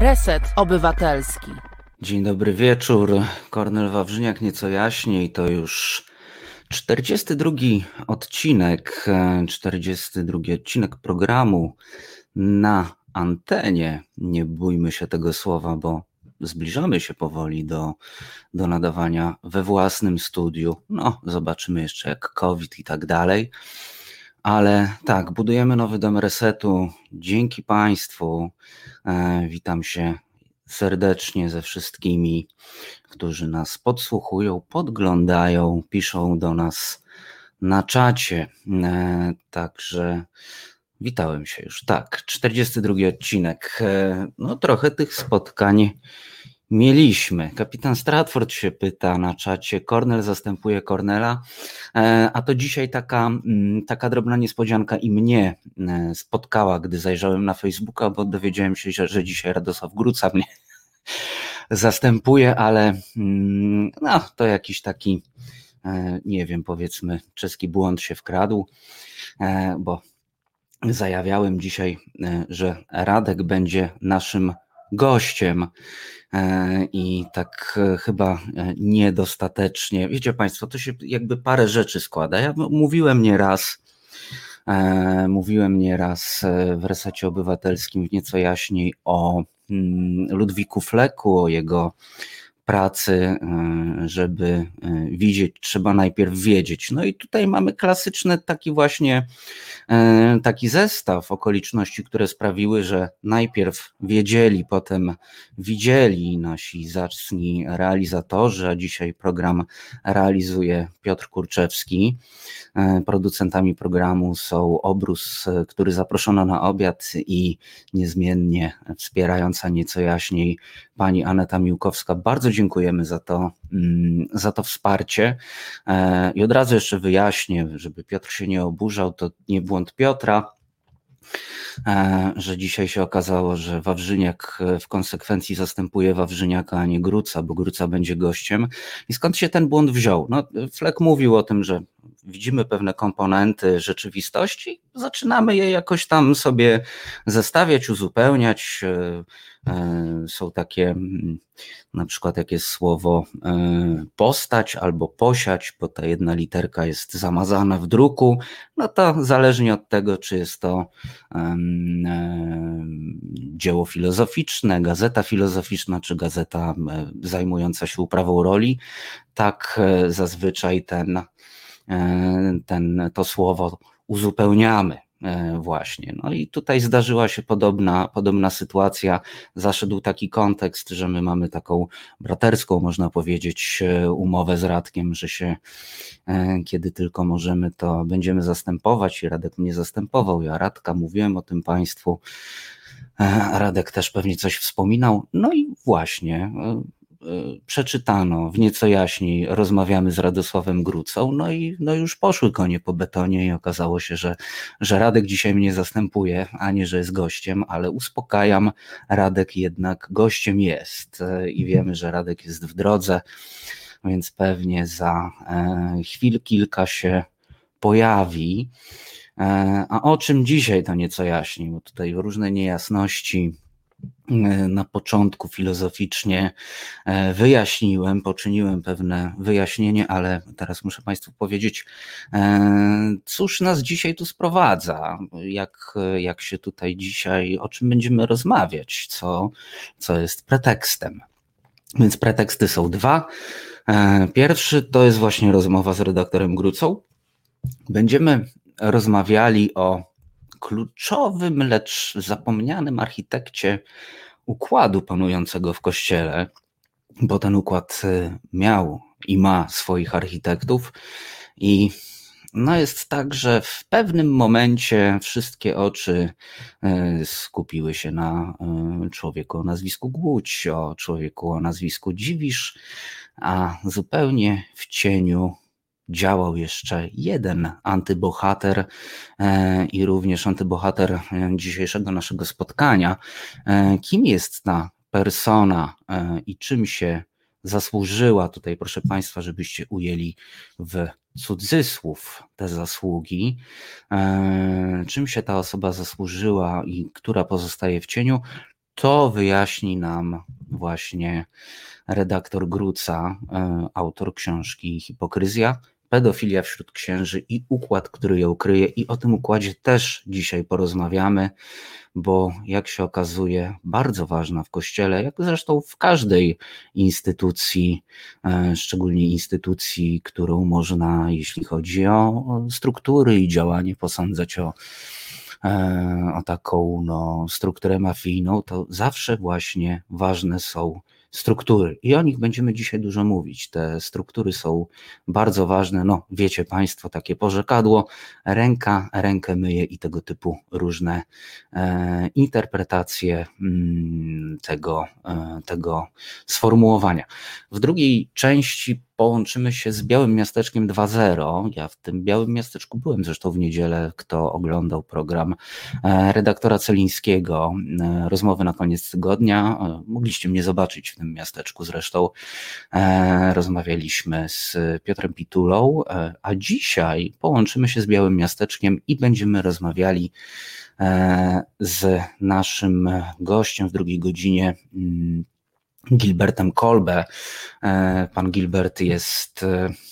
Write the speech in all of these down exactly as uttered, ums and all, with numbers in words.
Reset Obywatelski. Dzień dobry wieczór. Kornel Wawrzyniak, nieco jaśniej. To już czterdziesty drugi odcinek, czterdziesty drugi odcinek programu na antenie. Nie bójmy się tego słowa, bo zbliżamy się powoli do, do nadawania we własnym studiu. No, zobaczymy jeszcze jak COVID i tak dalej. Ale tak, budujemy nowy dom resetu. Dzięki Państwu. E, witam się serdecznie ze wszystkimi, którzy nas podsłuchują, podglądają, piszą do nas na czacie. E, także witałem się już. Tak, czterdziesty drugi odcinek. E, no trochę tych spotkań mieliśmy. Kapitan Stratford się pyta na czacie, Kornel zastępuje Kornela, a to dzisiaj taka, taka drobna niespodzianka i mnie spotkała, gdy zajrzałem na Facebooka, bo dowiedziałem się, że, że dzisiaj Radosław Gruca mnie zastępuje, ale no, to jakiś taki, nie wiem, powiedzmy czeski błąd się wkradł, bo zajawiałem dzisiaj, że Radek będzie naszym gościem i tak chyba niedostatecznie. Wiecie Państwo, to się jakby parę rzeczy składa. Ja mówiłem nieraz, mówiłem nieraz w Resecie Obywatelskim nieco jaśniej o Ludwiku Flecku, o jego pracy, żeby widzieć, trzeba najpierw wiedzieć. No i tutaj mamy klasyczny taki właśnie taki zestaw okoliczności, które sprawiły, że najpierw wiedzieli, potem widzieli nasi zacni realizatorzy, a dzisiaj program realizuje Piotr Kurczewski. Producentami programu są Obrus, który zaproszono na obiad, i niezmiennie wspierająca nieco jaśniej pani Aneta Miłkowska. Bardzo dziękujemy za to, za to wsparcie. I od razu jeszcze wyjaśnię, żeby Piotr się nie oburzał, to nie błąd Piotra, że dzisiaj się okazało, że Wawrzyniak w konsekwencji zastępuje Wawrzyniaka, a nie Gruca, bo Gruca będzie gościem. I skąd się ten błąd wziął? No, Fleck mówił o tym, że widzimy pewne komponenty rzeczywistości, zaczynamy je jakoś tam sobie zestawiać, uzupełniać. Są takie, na przykład jak jest słowo postać albo posiać, bo ta jedna literka jest zamazana w druku, no to zależnie od tego, czy jest to dzieło filozoficzne, gazeta filozoficzna, czy gazeta zajmująca się uprawą roli, tak zazwyczaj ten Ten, to słowo uzupełniamy właśnie. No i tutaj zdarzyła się podobna, podobna sytuacja. Zaszedł taki kontekst, że my mamy taką braterską, można powiedzieć, umowę z Radkiem, że się kiedy tylko możemy, to będziemy zastępować, i Radek mnie zastępował. Ja Radka mówiłem o tym Państwu. Radek też pewnie coś wspominał. No i właśnie przeczytano w nieco jaśniej, rozmawiamy z Radosławem Grucą, no i no już poszły konie po betonie i okazało się, że, że Radek dzisiaj mnie zastępuje, a nie, że jest gościem, ale uspokajam, Radek jednak gościem jest i wiemy, że Radek jest w drodze, więc pewnie za chwil kilka się pojawi. A o czym dzisiaj, to nieco jaśniej, bo tutaj różne niejasności na początku filozoficznie wyjaśniłem, poczyniłem pewne wyjaśnienie, ale teraz muszę Państwu powiedzieć, cóż nas dzisiaj tu sprowadza, jak, jak się tutaj dzisiaj, o czym będziemy rozmawiać, co, co jest pretekstem. Więc preteksty są dwa. Pierwszy to jest właśnie rozmowa z redaktorem Grucą. Będziemy rozmawiali o kluczowym, lecz zapomnianym architekcie układu panującego w Kościele, bo ten układ miał i ma swoich architektów i no jest tak, że w pewnym momencie wszystkie oczy skupiły się na człowieku o nazwisku Głódź, o człowieku o nazwisku Dziwisz, a zupełnie w cieniu działał jeszcze jeden antybohater i również antybohater dzisiejszego naszego spotkania. Kim jest ta persona i czym się zasłużyła, tutaj proszę Państwa, żebyście ujęli w cudzysłów te zasługi, czym się ta osoba zasłużyła i która pozostaje w cieniu, to wyjaśni nam właśnie redaktor Gruca, autor książki Hipokryzja, pedofilia wśród księży i układ, który ją kryje. I o tym układzie też dzisiaj porozmawiamy, bo jak się okazuje, bardzo ważna w Kościele, jak zresztą w każdej instytucji, szczególnie instytucji, którą można, jeśli chodzi o struktury i działanie, posądzać o, o taką no, strukturę mafijną, to zawsze właśnie ważne są struktury i o nich będziemy dzisiaj dużo mówić. Te struktury są bardzo ważne, no wiecie Państwo, takie porzekadło, ręka rękę myje i tego typu różne e, interpretacje m, tego, e, tego sformułowania. W drugiej części połączymy się z Białym Miasteczkiem dwa zero. Ja w tym Białym Miasteczku byłem zresztą w niedzielę, kto oglądał program redaktora Celińskiego, rozmowy na koniec tygodnia. Mogliście mnie zobaczyć w tym miasteczku zresztą. Rozmawialiśmy z Piotrem Pitulą, a dzisiaj połączymy się z Białym Miasteczkiem i będziemy rozmawiali z naszym gościem w drugiej godzinie, Gilbertem Kolbe. Pan Gilbert jest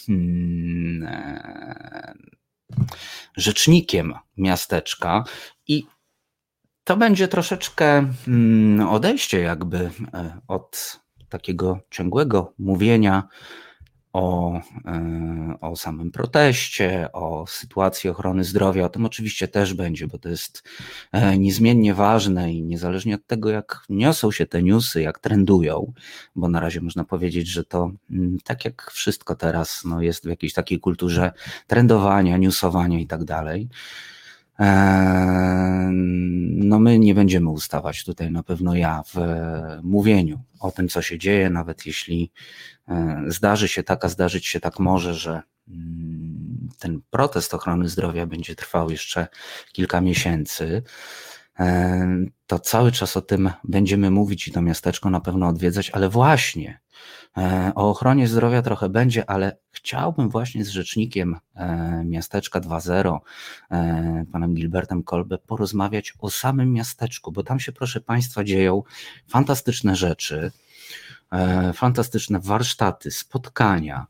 rzecznikiem miasteczka i to będzie troszeczkę odejście jakby od takiego ciągłego mówienia o, o samym proteście, o sytuacji ochrony zdrowia. O tym oczywiście też będzie, bo to jest niezmiennie ważne i niezależnie od tego, jak niosą się te newsy, jak trendują, bo na razie można powiedzieć, że to tak jak wszystko teraz no jest w jakiejś takiej kulturze trendowania, newsowania i tak dalej. No my nie będziemy ustawać tutaj, na pewno ja, w mówieniu o tym, co się dzieje, nawet jeśli zdarzy się tak, a zdarzyć się tak może, że ten protest ochrony zdrowia będzie trwał jeszcze kilka miesięcy, to cały czas o tym będziemy mówić i to miasteczko na pewno odwiedzać, ale właśnie o ochronie zdrowia trochę będzie, ale chciałbym właśnie z rzecznikiem Miasteczka dwa zero, panem Gilbertem Kolbe, porozmawiać o samym miasteczku, bo tam się, proszę Państwa, dzieją fantastyczne rzeczy, fantastyczne warsztaty, spotkania.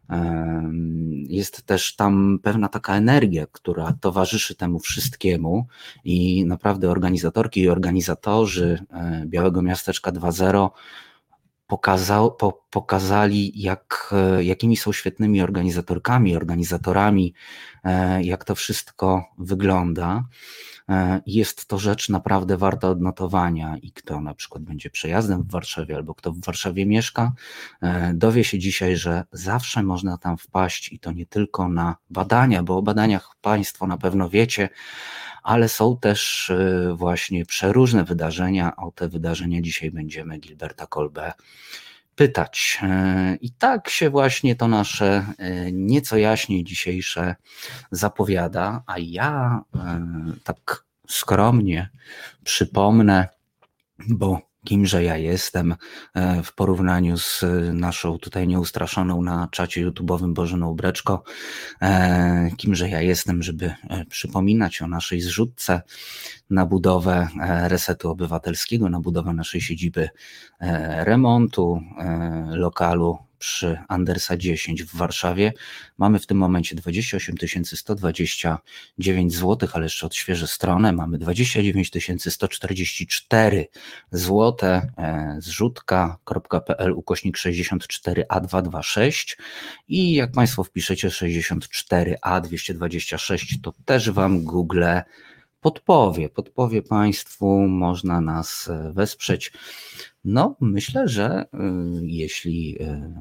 Jest też tam pewna taka energia, która towarzyszy temu wszystkiemu i naprawdę organizatorki i organizatorzy Białego Miasteczka dwa zero Pokazał, po, pokazali, jak, jakimi są świetnymi organizatorkami, organizatorami, jak to wszystko wygląda. Jest to rzecz naprawdę warta odnotowania i kto na przykład będzie przejazdem w Warszawie albo kto w Warszawie mieszka, dowie się dzisiaj, że zawsze można tam wpaść i to nie tylko na badania, bo o badaniach Państwo na pewno wiecie, ale są też właśnie przeróżne wydarzenia. O te wydarzenia dzisiaj będziemy Gilberta Kolbe pytać. I tak się właśnie to nasze nieco jaśniej dzisiejsze zapowiada, a ja tak skromnie przypomnę, bo kimże ja jestem w porównaniu z naszą tutaj nieustraszoną na czacie YouTube'owym Bożeną Breczko, kimże ja jestem, żeby przypominać o naszej zrzutce na budowę Resetu Obywatelskiego, na budowę naszej siedziby remontu lokalu przy Andersa dziesięć w Warszawie. Mamy w tym momencie dwadzieścia osiem tysięcy sto dwadzieścia dziewięć złotych, ale jeszcze odświeżę stronę. Mamy dwadzieścia dziewięć tysięcy sto czterdzieści cztery złote. Zrzutka kropka p l ukośnik sześćdziesiąt cztery a dwieście dwadzieścia sześć i jak Państwo wpiszecie sześćdziesiąt cztery a dwieście dwadzieścia sześć, to też Wam Google podpowie. Podpowie Państwu, można nas wesprzeć. No, myślę, że jeśli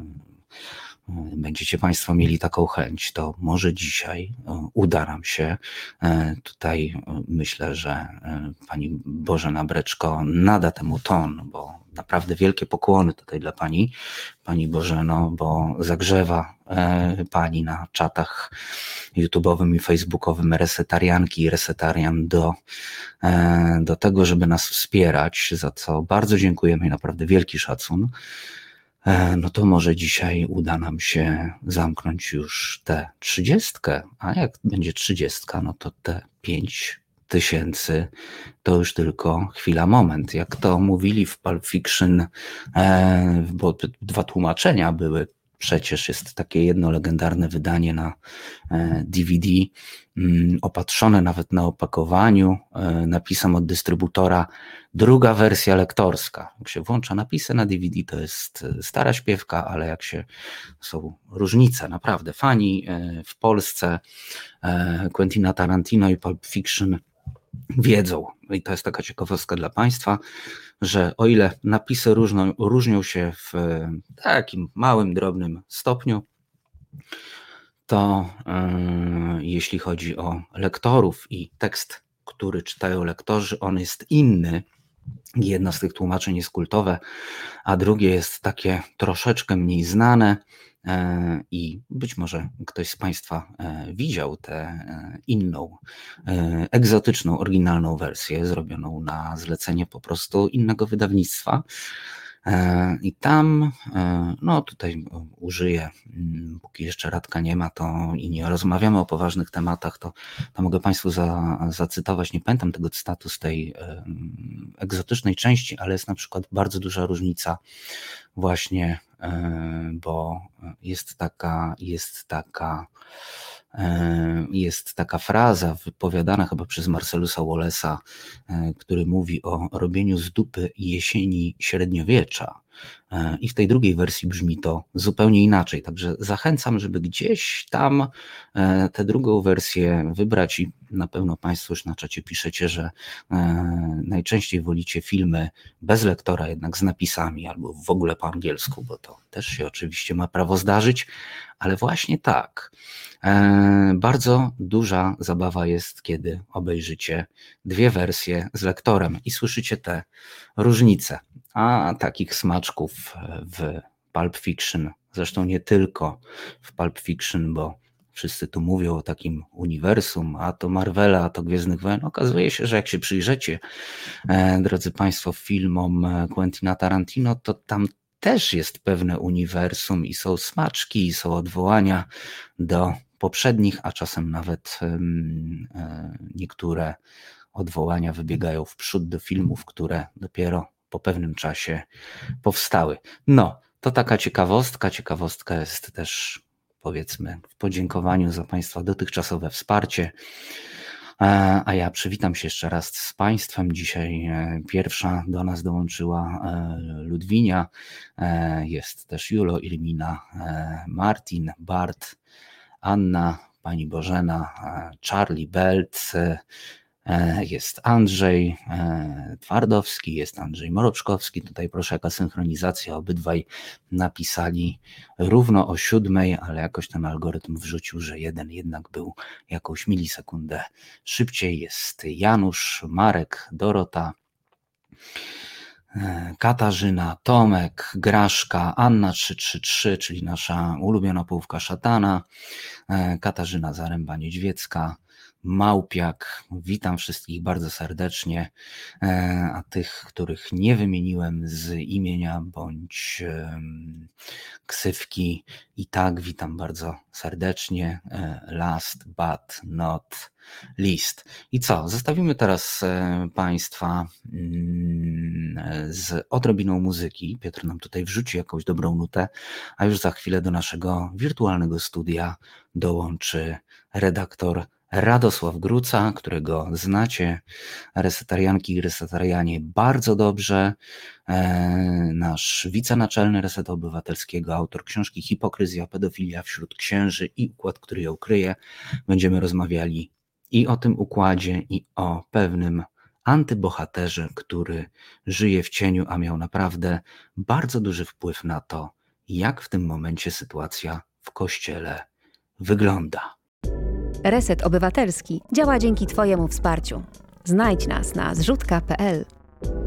będziecie Państwo mieli taką chęć, to może dzisiaj uda nam się. Tutaj myślę, że pani Bożena Breczko nada temu ton, bo naprawdę wielkie pokłony tutaj dla pani, pani Bożeno, bo zagrzewa pani na czatach YouTube'owym i facebookowym resetarianki i resetarian do, do tego, żeby nas wspierać, za co bardzo dziękujemy i naprawdę wielki szacun. No to może dzisiaj uda nam się zamknąć już tę trzydziestkę, a jak będzie trzydziestka, no to te pięć tysięcy to już tylko chwila, moment. Jak to mówili w Pulp Fiction, bo dwa tłumaczenia były. Przecież jest takie jedno legendarne wydanie na D V D, opatrzone nawet na opakowaniu napisem od dystrybutora, druga wersja lektorska. Jak się włącza napisy na D V D, to jest stara śpiewka, ale jak się, są różnice, naprawdę. Fani w Polsce Quentina Tarantino i Pulp Fiction wiedzą, i to jest taka ciekawostka dla Państwa, że o ile napisy różnią, różnią się w takim małym, drobnym stopniu, to yy, jeśli chodzi o lektorów i tekst, który czytają lektorzy, on jest inny. Jedno z tych tłumaczeń jest kultowe, a drugie jest takie troszeczkę mniej znane. I być może ktoś z Państwa widział tę inną, egzotyczną, oryginalną wersję zrobioną na zlecenie po prostu innego wydawnictwa. I tam, no tutaj użyję, póki jeszcze Radka nie ma, to i nie rozmawiamy o poważnych tematach, to, to mogę Państwu za, zacytować, nie pamiętam tego cytatu z tej egzotycznej części, ale jest na przykład bardzo duża różnica właśnie, bo jest taka, jest taka, jest taka fraza wypowiadana chyba przez Marcelusa Wallace'a, który mówi o robieniu z dupy jesieni średniowiecza. I w tej drugiej wersji brzmi to zupełnie inaczej. Także zachęcam, żeby gdzieś tam tę drugą wersję wybrać i na pewno Państwo już na czacie piszecie, że najczęściej wolicie filmy bez lektora, jednak z napisami albo w ogóle po angielsku, bo to też się oczywiście ma prawo zdarzyć, ale właśnie tak. Bardzo duża zabawa jest, kiedy obejrzycie dwie wersje z lektorem i słyszycie te różnice. A takich smaczków w Pulp Fiction, zresztą nie tylko w Pulp Fiction, bo wszyscy tu mówią o takim uniwersum, a to Marvela, a to Gwiezdnych Wojen. Okazuje się, że jak się przyjrzycie, drodzy Państwo, filmom Quentina Tarantino, to tam też jest pewne uniwersum i są smaczki, i są odwołania do poprzednich, a czasem nawet niektóre odwołania wybiegają w przód do filmów, które dopiero po pewnym czasie powstały. No, to taka ciekawostka. Ciekawostka jest też, powiedzmy, w podziękowaniu za Państwa dotychczasowe wsparcie. A ja przywitam się jeszcze raz z Państwem. Dzisiaj pierwsza do nas dołączyła Ludwinia, jest też Julo, Ilmina, Martin, Bart, Anna, pani Bożena, Charlie Belt, jest Andrzej Twardowski, jest Andrzej Moroczkowski. Tutaj proszę, jaka synchronizacja. Obydwaj napisali równo o siódmej, ale jakoś ten algorytm wrzucił, że jeden jednak był jakąś milisekundę szybciej. Jest Janusz, Marek, Dorota, Katarzyna, Tomek, Graszka, Anna trzysta trzydzieści trzy, czyli nasza ulubiona połówka szatana, Katarzyna Zaręba-Niedźwiecka, Małpiak. Witam wszystkich bardzo serdecznie, a tych, których nie wymieniłem z imienia bądź ksywki, i tak witam bardzo serdecznie. Last but not least. I co? Zostawimy teraz Państwa z odrobiną muzyki. Piotr nam tutaj wrzuci jakąś dobrą nutę, a już za chwilę do naszego wirtualnego studia dołączy redaktor Radosław Gruca, którego znacie, resetarianki i resetarianie, bardzo dobrze. Nasz wicenaczelny Resetu Obywatelskiego, autor książki Hipokryzja, pedofilia wśród księży i układ, który ją kryje. Będziemy rozmawiali i o tym układzie, i o pewnym antybohaterze, który żyje w cieniu, a miał naprawdę bardzo duży wpływ na to, jak w tym momencie sytuacja w Kościele wygląda. Reset Obywatelski działa dzięki Twojemu wsparciu. Znajdź nas na zrzutka kropka pe el.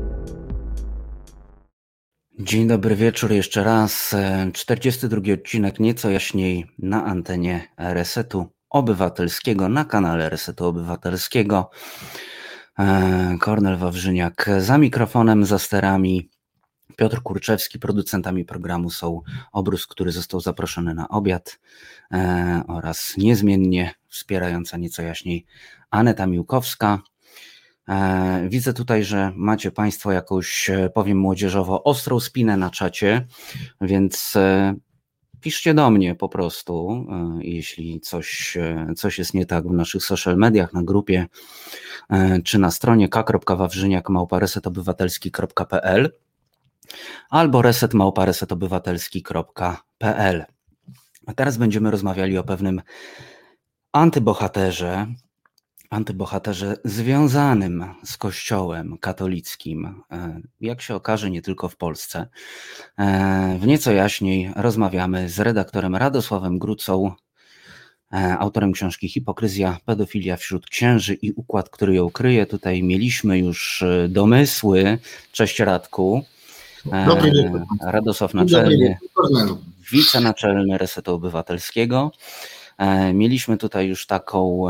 Dzień dobry wieczór jeszcze raz. czterdziesty drugi odcinek nieco jaśniej na antenie Resetu Obywatelskiego, na kanale Resetu Obywatelskiego. Kornel Wawrzyniak za mikrofonem, za sterami. Piotr Kurczewski, producentami programu są Obrus, który został zaproszony na obiad, e, oraz niezmiennie wspierająca nieco jaśniej Aneta Miłkowska. Widzę tutaj, że macie Państwo jakąś, powiem młodzieżowo, ostrą spinę na czacie, więc piszcie do mnie po prostu, jeśli coś, coś jest nie tak w naszych social mediach, na grupie czy na stronie k kropka wawrzyniak małpa reset obywatelski kropka p l albo reset małpa reset obywatelski kropka p l. A teraz będziemy rozmawiali o pewnym antybohaterze, antybohaterze związanym z Kościołem katolickim, jak się okaże nie tylko w Polsce. W nieco jaśniej rozmawiamy z redaktorem Radosławem Grucą, autorem książki Hipokryzja, pedofilia wśród księży i układ, który ją kryje. Tutaj mieliśmy już domysły. Cześć Radku. Dobry wieczór. Radosław Naczelny, wicenaczelny Resetu Obywatelskiego. Mieliśmy tutaj już taką,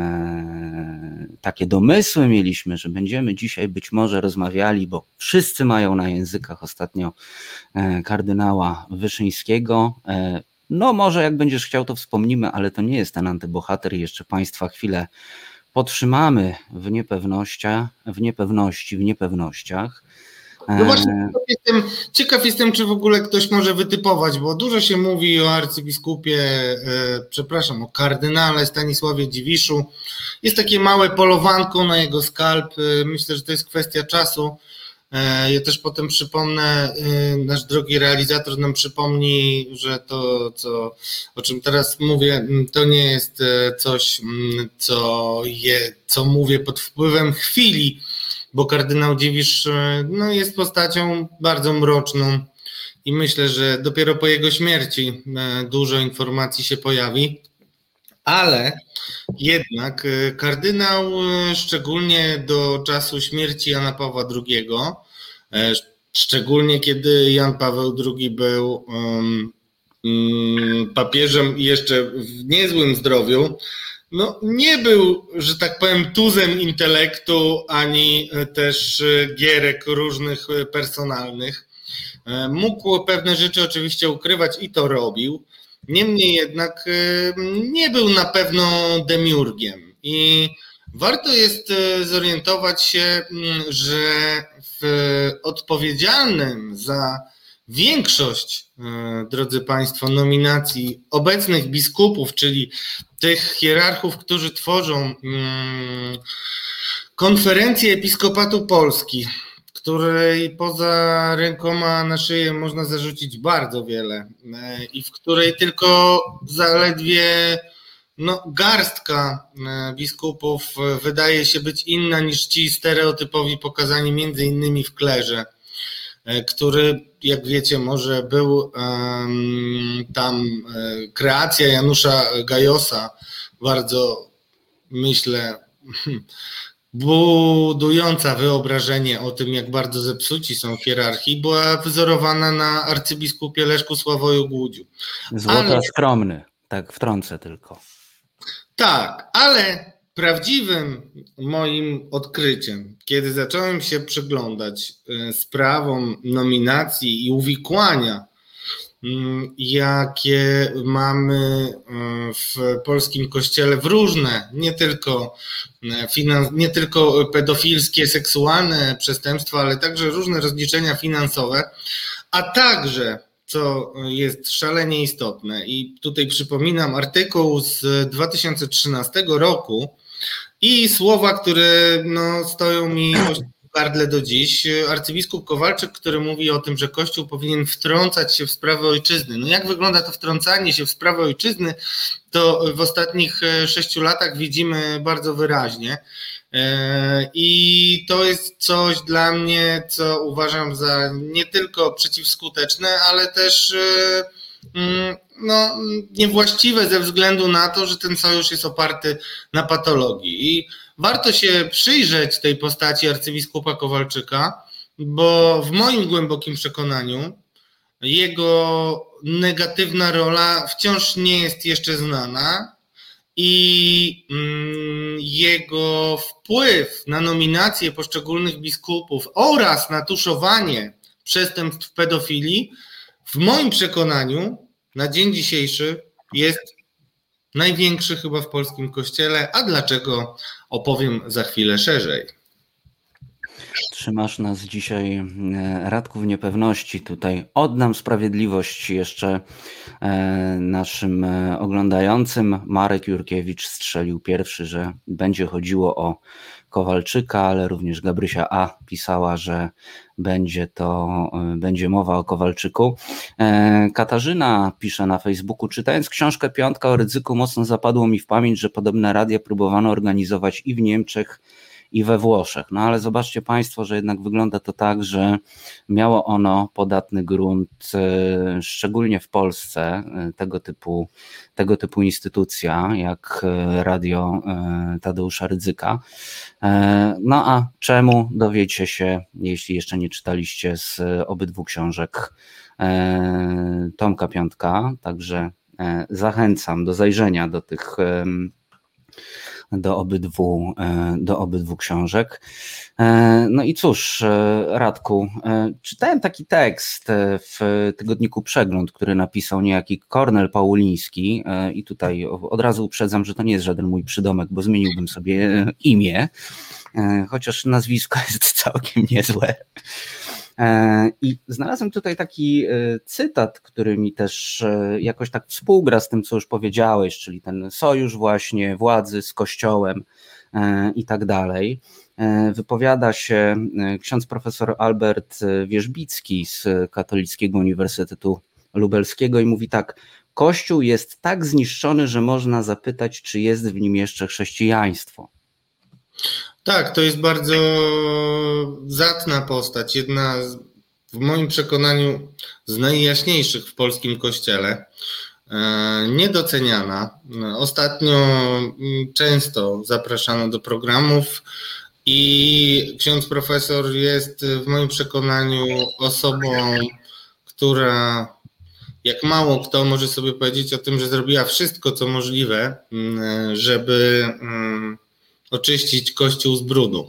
takie domysły, mieliśmy, że będziemy dzisiaj być może rozmawiali, bo wszyscy mają na językach ostatnio kardynała Wyszyńskiego. No może jak będziesz chciał, to wspomnimy, ale to nie jest ten antybohater i jeszcze Państwa chwilę podtrzymamy w niepewnościach, w niepewności, w niepewnościach. No właśnie, ciekaw jestem, ciekaw jestem, czy w ogóle ktoś może wytypować, bo dużo się mówi o arcybiskupie, e, przepraszam, o kardynale Stanisławie Dziwiszu. Jest takie małe polowanko na jego skalp. E, myślę, że to jest kwestia czasu. E, ja też potem przypomnę, e, nasz drogi realizator nam przypomni, że to, co, o czym teraz mówię, to nie jest coś, co, je, co mówię pod wpływem chwili, bo kardynał Dziwisz no, jest postacią bardzo mroczną i myślę, że dopiero po jego śmierci dużo informacji się pojawi, ale jednak kardynał szczególnie do czasu śmierci Jana Pawła drugiego, szczególnie kiedy Jan Paweł drugi był um, um, papieżem i jeszcze w niezłym zdrowiu, no nie był, że tak powiem, tuzem intelektu, ani też gierek różnych personalnych. Mógł pewne rzeczy oczywiście ukrywać i to robił. Niemniej jednak nie był na pewno demiurgiem. I warto jest zorientować się, że w odpowiedzialnym za większość, drodzy Państwo, nominacji obecnych biskupów, czyli tych hierarchów, którzy tworzą konferencję Episkopatu Polski, której poza rękoma na szyję można zarzucić bardzo wiele i w której tylko zaledwie no, garstka biskupów wydaje się być inna niż ci stereotypowi pokazani między innymi w klerze, który, jak wiecie, może był um, tam um, kreacja Janusza Gajosa, bardzo, myślę, budująca wyobrażenie o tym, jak bardzo zepsuci są hierarchii, była wzorowana na arcybiskupie Leszku Sławoju Głudziu. Złota ale... skromny, tak wtrącę tylko. Tak, ale prawdziwym moim odkryciem, kiedy zacząłem się przyglądać sprawom nominacji i uwikłania, jakie mamy w polskim kościele w różne, nie tylko, finans, nie tylko pedofilskie, seksualne przestępstwa, ale także różne rozliczenia finansowe, a także, co jest szalenie istotne, i tutaj przypominam artykuł z dwa tysiące trzynastego roku, i słowa, które no, stoją mi w gardle do dziś. Arcybiskup Kowalczyk, który mówi o tym, że Kościół powinien wtrącać się w sprawy ojczyzny. No jak wygląda to wtrącanie się w sprawy ojczyzny, to w ostatnich sześciu latach widzimy bardzo wyraźnie. I to jest coś dla mnie, co uważam za nie tylko przeciwskuteczne, ale też no, niewłaściwe ze względu na to, że ten sojusz jest oparty na patologii. I warto się przyjrzeć tej postaci arcybiskupa Kowalczyka, bo w moim głębokim przekonaniu jego negatywna rola wciąż nie jest jeszcze znana i jego wpływ na nominację poszczególnych biskupów oraz na tuszowanie przestępstw pedofilii w moim przekonaniu na dzień dzisiejszy jest największy chyba w polskim kościele, a dlaczego opowiem za chwilę szerzej. Trzymasz nas dzisiaj, Radku, w niepewności. Tutaj oddam sprawiedliwość jeszcze naszym oglądającym. Marek Jurkiewicz strzelił pierwszy, że będzie chodziło o Kowalczyka, ale również Gabrysia A. pisała, że będzie to, będzie mowa o Kowalczyku. Katarzyna pisze na Facebooku: czytając książkę Piątka o Rydzyku, mocno zapadło mi w pamięć, że podobne radia próbowano organizować i w Niemczech, i we Włoszech. No ale zobaczcie Państwo, że jednak wygląda to tak, że miało ono podatny grunt, szczególnie w Polsce, tego typu, tego typu instytucja jak Radio Tadeusza Rydzyka. No a czemu, dowiecie się, jeśli jeszcze nie czytaliście, z obydwu książek Tomka Piątka, także zachęcam do zajrzenia do tych do obydwu, do obydwu książek. No i cóż, Radku, czytałem taki tekst w tygodniku Przegląd, który napisał niejaki Kornel Pauliński i tutaj od razu uprzedzam, że to nie jest żaden mój przydomek, bo zmieniłbym sobie imię, chociaż nazwisko jest całkiem niezłe. I znalazłem tutaj taki cytat, który mi też jakoś tak współgra z tym, co już powiedziałeś, czyli ten sojusz właśnie władzy z Kościołem i tak dalej. Wypowiada się ksiądz profesor Albert Wierzbicki z Katolickiego Uniwersytetu Lubelskiego i mówi tak: Kościół jest tak zniszczony, że można zapytać, czy jest w nim jeszcze chrześcijaństwo. Tak, to jest bardzo zacna postać, jedna z, w moim przekonaniu z najjaśniejszych w polskim kościele, niedoceniana. Ostatnio często zapraszano do programów i ksiądz profesor jest w moim przekonaniu osobą, która jak mało kto może sobie powiedzieć o tym, że zrobiła wszystko, co możliwe, żeby oczyścić Kościół z brudu.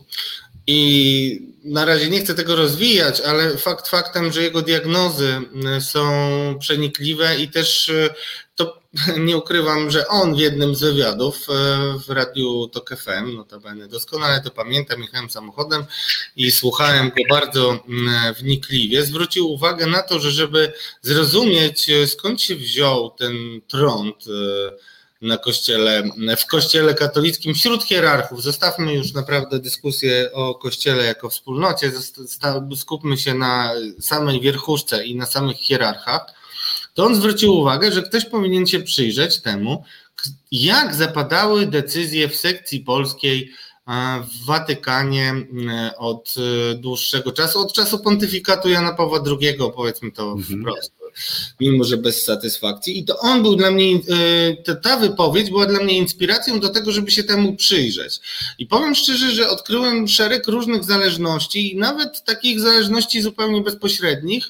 I na razie nie chcę tego rozwijać, ale fakt faktem, że jego diagnozy są przenikliwe i też to nie ukrywam, że on w jednym z wywiadów w Radiu Tok F M, notabene doskonale to pamiętam, jechałem samochodem i słuchałem go bardzo wnikliwie, zwrócił uwagę na to, że żeby zrozumieć, skąd się wziął ten trąd na kościele, w kościele katolickim wśród hierarchów. Zostawmy już naprawdę dyskusję o kościele jako wspólnocie, skupmy się na samej wierchuszce i na samych hierarchach. To on zwrócił uwagę, że ktoś powinien się przyjrzeć temu, jak zapadały decyzje w sekcji polskiej w Watykanie od dłuższego czasu, od czasu pontyfikatu Jana Pawła drugiego, powiedzmy to mhm. wprost, mimo że bez satysfakcji. I to on był dla mnie, ta wypowiedź była dla mnie inspiracją do tego, żeby się temu przyjrzeć. I powiem szczerze, że odkryłem szereg różnych zależności i nawet takich zależności zupełnie bezpośrednich,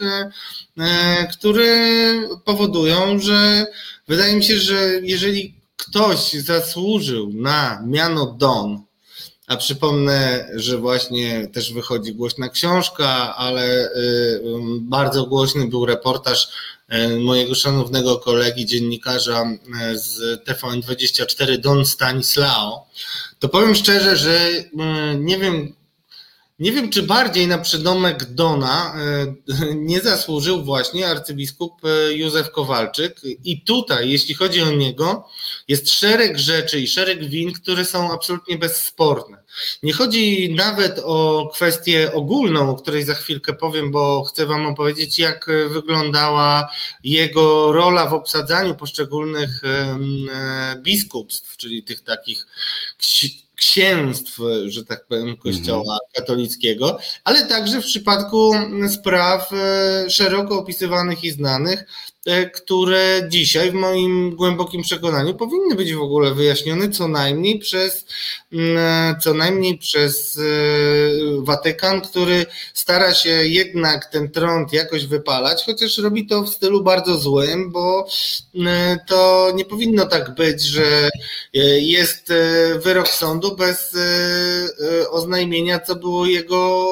które powodują, że wydaje mi się, że jeżeli ktoś zasłużył na miano Don, a przypomnę, że właśnie też wychodzi głośna książka, ale bardzo głośny był reportaż mojego szanownego kolegi, dziennikarza z T V N dwadzieścia cztery, Don Stanislao, to powiem szczerze, że nie wiem, nie wiem, czy bardziej na przydomek Dona nie zasłużył właśnie arcybiskup Józef Kowalczyk. I tutaj, jeśli chodzi o niego, jest szereg rzeczy i szereg win, które są absolutnie bezsporne. Nie chodzi nawet o kwestię ogólną, o której za chwilkę powiem, bo chcę wam opowiedzieć, jak wyglądała jego rola w obsadzaniu poszczególnych biskupstw, czyli tych takich księstw, że tak powiem, Kościoła katolickiego, ale także w przypadku spraw szeroko opisywanych i znanych, które dzisiaj w moim głębokim przekonaniu powinny być w ogóle wyjaśnione co najmniej przez co najmniej przez Watykan, który stara się jednak ten trąd jakoś wypalać, chociaż robi to w stylu bardzo złym, bo to nie powinno tak być, że jest wyrok sądu bez oznajmienia, co było jego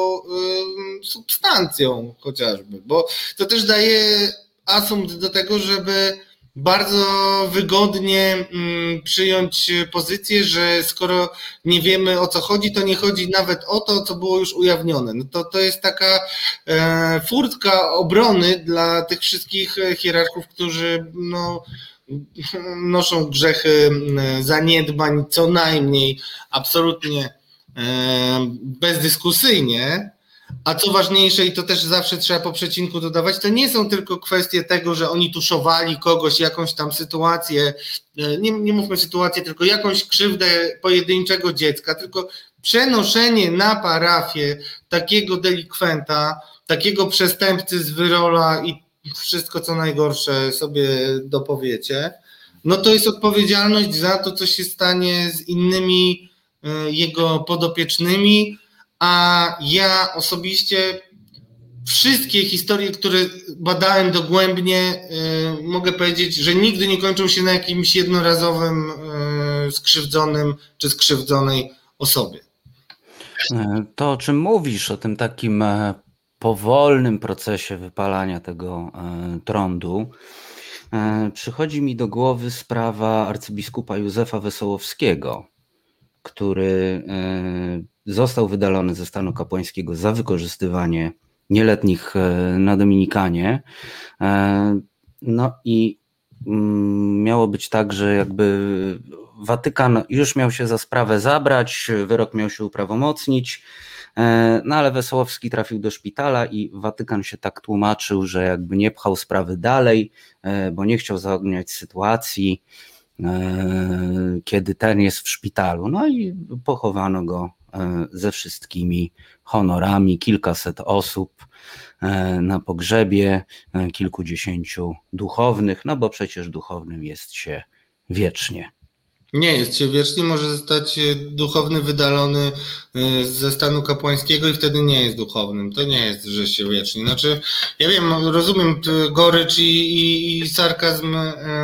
substancją chociażby, bo to też daje asumpt do tego, żeby bardzo wygodnie przyjąć pozycję, że skoro nie wiemy, o co chodzi, to nie chodzi nawet o to, co było już ujawnione. No to, to jest taka furtka obrony dla tych wszystkich hierarchów, którzy no, noszą grzechy zaniedbań co najmniej, absolutnie bezdyskusyjnie. A co ważniejsze, i to też zawsze trzeba po przecinku dodawać, to nie są tylko kwestie tego, że oni tuszowali kogoś, jakąś tam sytuację, nie, nie mówmy sytuację, tylko jakąś krzywdę pojedynczego dziecka, tylko przenoszenie na parafię takiego delikwenta, takiego przestępcy z wyrola i wszystko co najgorsze sobie dopowiecie, no to jest odpowiedzialność za to, co się stanie z innymi jego podopiecznymi. A ja osobiście wszystkie historie, które badałem dogłębnie, mogę powiedzieć, że nigdy nie kończą się na jakimś jednorazowym skrzywdzonym czy skrzywdzonej osobie. To, o czym mówisz, o tym takim powolnym procesie wypalania tego trądu, przychodzi mi do głowy sprawa arcybiskupa Józefa Wesołowskiego, który został wydalony ze stanu kapłańskiego za wykorzystywanie nieletnich na Dominikanie. No i miało być tak, że jakby Watykan już miał się za sprawę zabrać, wyrok miał się uprawomocnić, no ale Wesołowski trafił do szpitala i Watykan się tak tłumaczył, że jakby nie pchał sprawy dalej, bo nie chciał zaogniać sytuacji, kiedy ten jest w szpitalu. No i pochowano go ze wszystkimi honorami, kilkaset osób na pogrzebie, kilkudziesięciu duchownych, no bo przecież duchownym jest się wiecznie. Nie jest się wiecznie, może zostać duchowny wydalony ze stanu kapłańskiego i wtedy nie jest duchownym. To nie jest, że się wiecznie. Znaczy, ja wiem, rozumiem gorycz i, i, i sarkazm,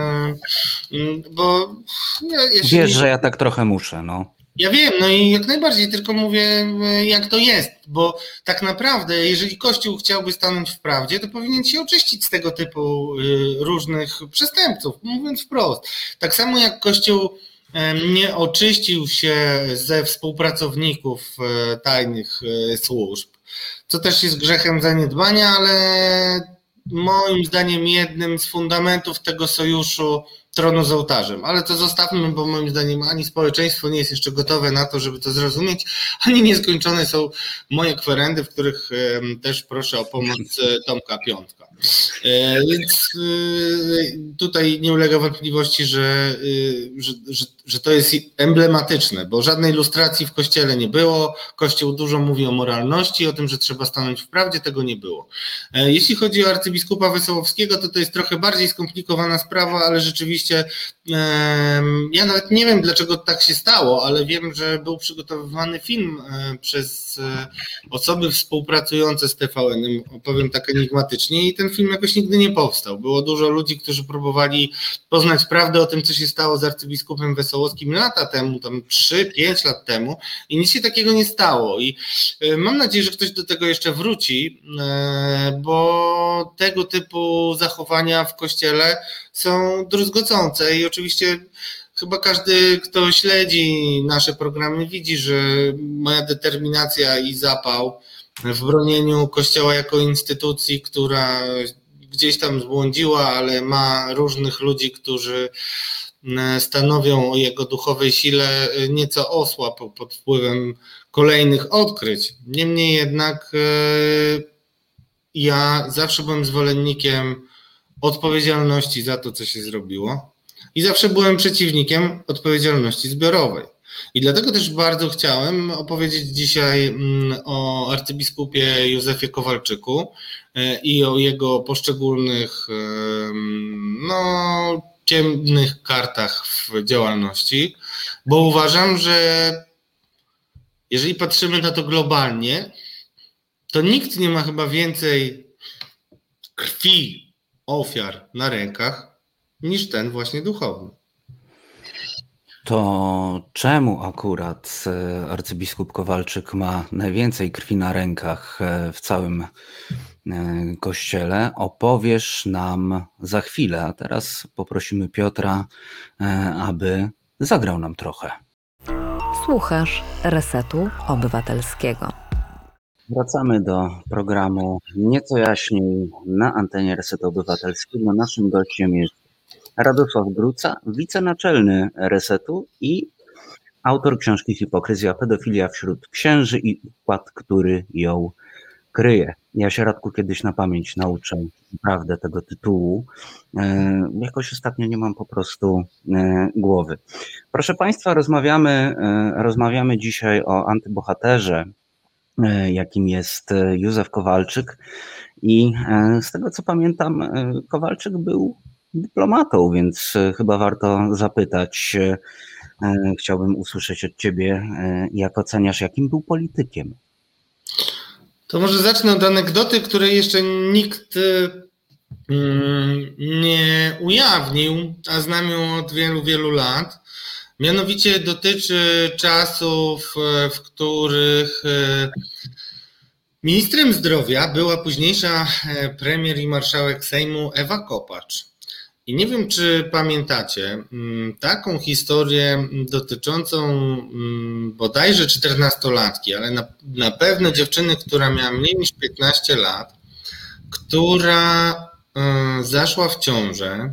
bo... Ja, ja Wiesz, nie... że ja tak trochę muszę, no. Ja wiem, no i jak najbardziej, tylko mówię, jak to jest, bo tak naprawdę, jeżeli Kościół chciałby stanąć w prawdzie, to powinien się oczyścić z tego typu różnych przestępców, mówiąc wprost. Tak samo jak Kościół nie oczyścił się ze współpracowników tajnych służb, co też jest grzechem zaniedbania, ale moim zdaniem jednym z fundamentów tego sojuszu tronu z ołtarzem, ale to zostawmy, bo moim zdaniem ani społeczeństwo nie jest jeszcze gotowe na to, żeby to zrozumieć, ani nieskończone są moje kwerendy, w których też proszę o pomoc Tomka Piątka. Więc tutaj nie ulega wątpliwości, że, że, że, że to jest emblematyczne, bo żadnej lustracji w Kościele nie było. Kościół dużo mówi o moralności, o tym, że trzeba stanąć w prawdzie, tego nie było. Jeśli chodzi o arcybiskupa Wesołowskiego, to to jest trochę bardziej skomplikowana sprawa, ale rzeczywiście ja nawet nie wiem, dlaczego tak się stało, ale wiem, że był przygotowywany film przez osoby współpracujące z T V N-em, opowiem tak enigmatycznie, i ten film jakoś nigdy nie powstał. Było dużo ludzi, którzy próbowali poznać prawdę o tym, co się stało z arcybiskupem Wesołowskim lata temu, tam trzy pięć lat temu, i nic się takiego nie stało. I mam nadzieję, że ktoś do tego jeszcze wróci, bo tego typu zachowania w Kościele są druzgocące i oczywiście chyba każdy, kto śledzi nasze programy, widzi, że moja determinacja i zapał w bronieniu Kościoła jako instytucji, która gdzieś tam zbłądziła, ale ma różnych ludzi, którzy stanowią o jego duchowej sile, nieco osłabł pod wpływem kolejnych odkryć. Niemniej jednak ja zawsze byłem zwolennikiem odpowiedzialności za to, co się zrobiło, i zawsze byłem przeciwnikiem odpowiedzialności zbiorowej. I dlatego też bardzo chciałem opowiedzieć dzisiaj o arcybiskupie Józefie Kowalczyku i o jego poszczególnych no, ciemnych kartach w działalności, bo uważam, że jeżeli patrzymy na to globalnie, to nikt nie ma chyba więcej krwi ofiar na rękach niż ten właśnie duchowny. To czemu akurat arcybiskup Kowalczyk ma najwięcej krwi na rękach w całym Kościele opowiesz nam za chwilę, a teraz poprosimy Piotra, aby zagrał nam trochę. Słuchasz Resetu Obywatelskiego. Wracamy do programu Nieco jaśniej na antenie Resetu Obywatelskiego. Naszym gościem jest Radosław Gruca, wicenaczelny Resetu i autor książki Hipokryzja, pedofilia wśród księży i układ, który ją kryje. Ja się, Radku, kiedyś na pamięć nauczę prawdę tego tytułu. E, jakoś ostatnio nie mam po prostu e, głowy. Proszę Państwa, rozmawiamy, e, rozmawiamy dzisiaj o antybohaterze, e, jakim jest Józef Kowalczyk. I e, z tego co pamiętam, e, Kowalczyk był dyplomatą, więc e, chyba warto zapytać. E, chciałbym usłyszeć od Ciebie, e, jak oceniasz, jakim był politykiem? To może zacznę od anegdoty, której jeszcze nikt nie ujawnił, a znam ją od wielu, wielu lat. Mianowicie dotyczy czasów, w których ministrem zdrowia była późniejsza premier i marszałek Sejmu Ewa Kopacz. I nie wiem, czy pamiętacie taką historię dotyczącą bodajże czternastolatki, ale na, na pewno dziewczyny, która miała mniej niż piętnaście lat, która y, zaszła w ciążę.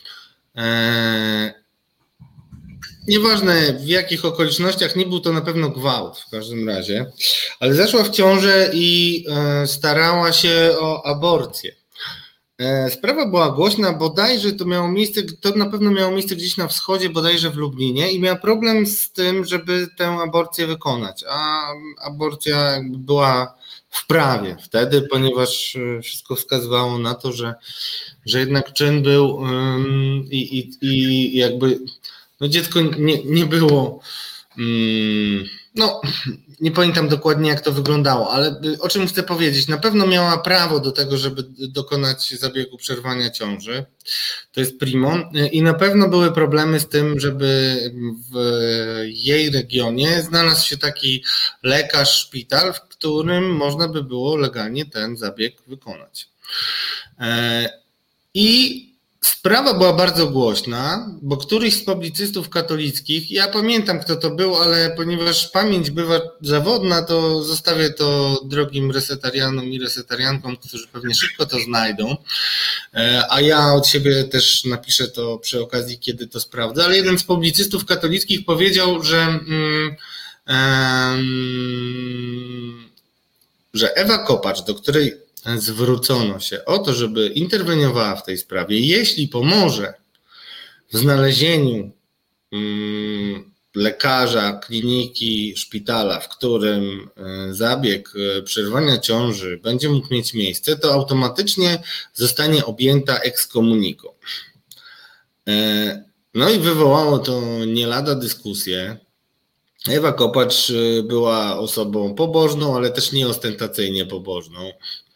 E, nieważne w jakich okolicznościach, nie był to na pewno gwałt w każdym razie, ale zaszła w ciążę i y, starała się o aborcję. Sprawa była głośna, bodajże to miało miejsce, to na pewno miało miejsce gdzieś na wschodzie, bodajże w Lublinie i miała problem z tym, żeby tę aborcję wykonać, a aborcja była w prawie wtedy, ponieważ wszystko wskazywało na to, że, że jednak czyn był um, i, i, i jakby no dziecko nie, nie było, um, no nie pamiętam dokładnie jak to wyglądało, ale o czym chcę powiedzieć, na pewno miała prawo do tego, żeby dokonać zabiegu przerwania ciąży, to jest primo, i na pewno były problemy z tym, żeby w jej regionie znalazł się taki lekarz, szpital, w którym można by było legalnie ten zabieg wykonać. I sprawa była bardzo głośna, bo któryś z publicystów katolickich, ja pamiętam kto to był, ale ponieważ pamięć bywa zawodna, to zostawię to drogim resetarianom i resetariankom, którzy pewnie szybko to znajdą, a ja od siebie też napiszę to przy okazji, kiedy to sprawdzę, ale jeden z publicystów katolickich powiedział, że, um, um, że Ewa Kopacz, do której zwrócono się o to, żeby interweniowała w tej sprawie, jeśli pomoże w znalezieniu lekarza, kliniki, szpitala, w którym zabieg przerwania ciąży będzie mógł mieć miejsce, to automatycznie zostanie objęta ekskomuniką. No i wywołało to nie lada dyskusję. Ewa Kopacz była osobą pobożną, ale też nieostentacyjnie pobożną.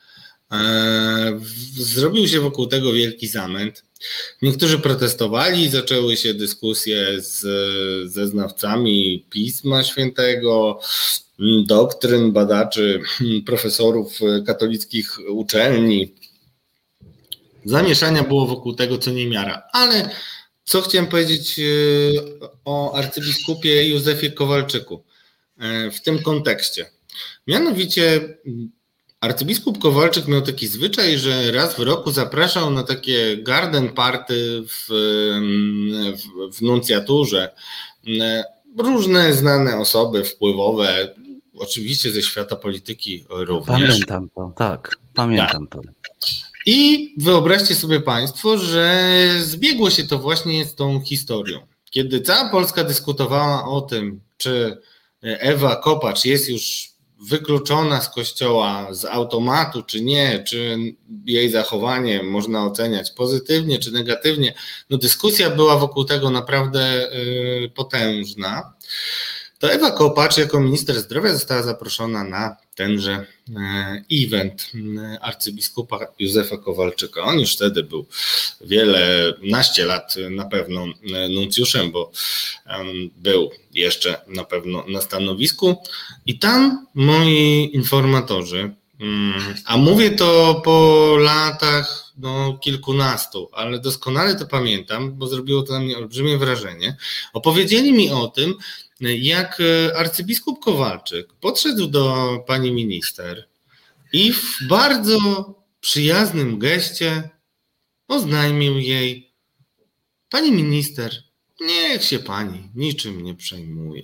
Zrobił się wokół tego wielki zamęt. Niektórzy protestowali, zaczęły się dyskusje z, ze znawcami Pisma Świętego, doktryn, badaczy, profesorów katolickich uczelni. Zamieszania było wokół tego co niemiara. Ale co chciałem powiedzieć o arcybiskupie Józefie Kowalczyku w tym kontekście? Mianowicie arcybiskup Kowalczyk miał taki zwyczaj, że raz w roku zapraszał na takie garden party w, w, w nuncjaturze różne znane osoby wpływowe, oczywiście ze świata polityki również. Pamiętam to, tak, pamiętam tak. to. I wyobraźcie sobie Państwo, że zbiegło się to właśnie z tą historią. Kiedy cała Polska dyskutowała o tym, czy Ewa Kopacz jest już wykluczona z kościoła z automatu, czy nie, czy jej zachowanie można oceniać pozytywnie, czy negatywnie, no dyskusja była wokół tego naprawdę yy, potężna. To Ewa Kopacz jako minister zdrowia została zaproszona na tenże event arcybiskupa Józefa Kowalczyka. On już wtedy był wiele, naście lat na pewno nuncjuszem, bo był jeszcze na pewno na stanowisku i tam moi informatorzy A mówię to po latach no, kilkunastu, ale doskonale to pamiętam, bo zrobiło to na mnie olbrzymie wrażenie. Opowiedzieli mi o tym, jak arcybiskup Kowalczyk podszedł do pani minister i w bardzo przyjaznym geście oznajmił jej: pani minister, niech się pani niczym nie przejmuje.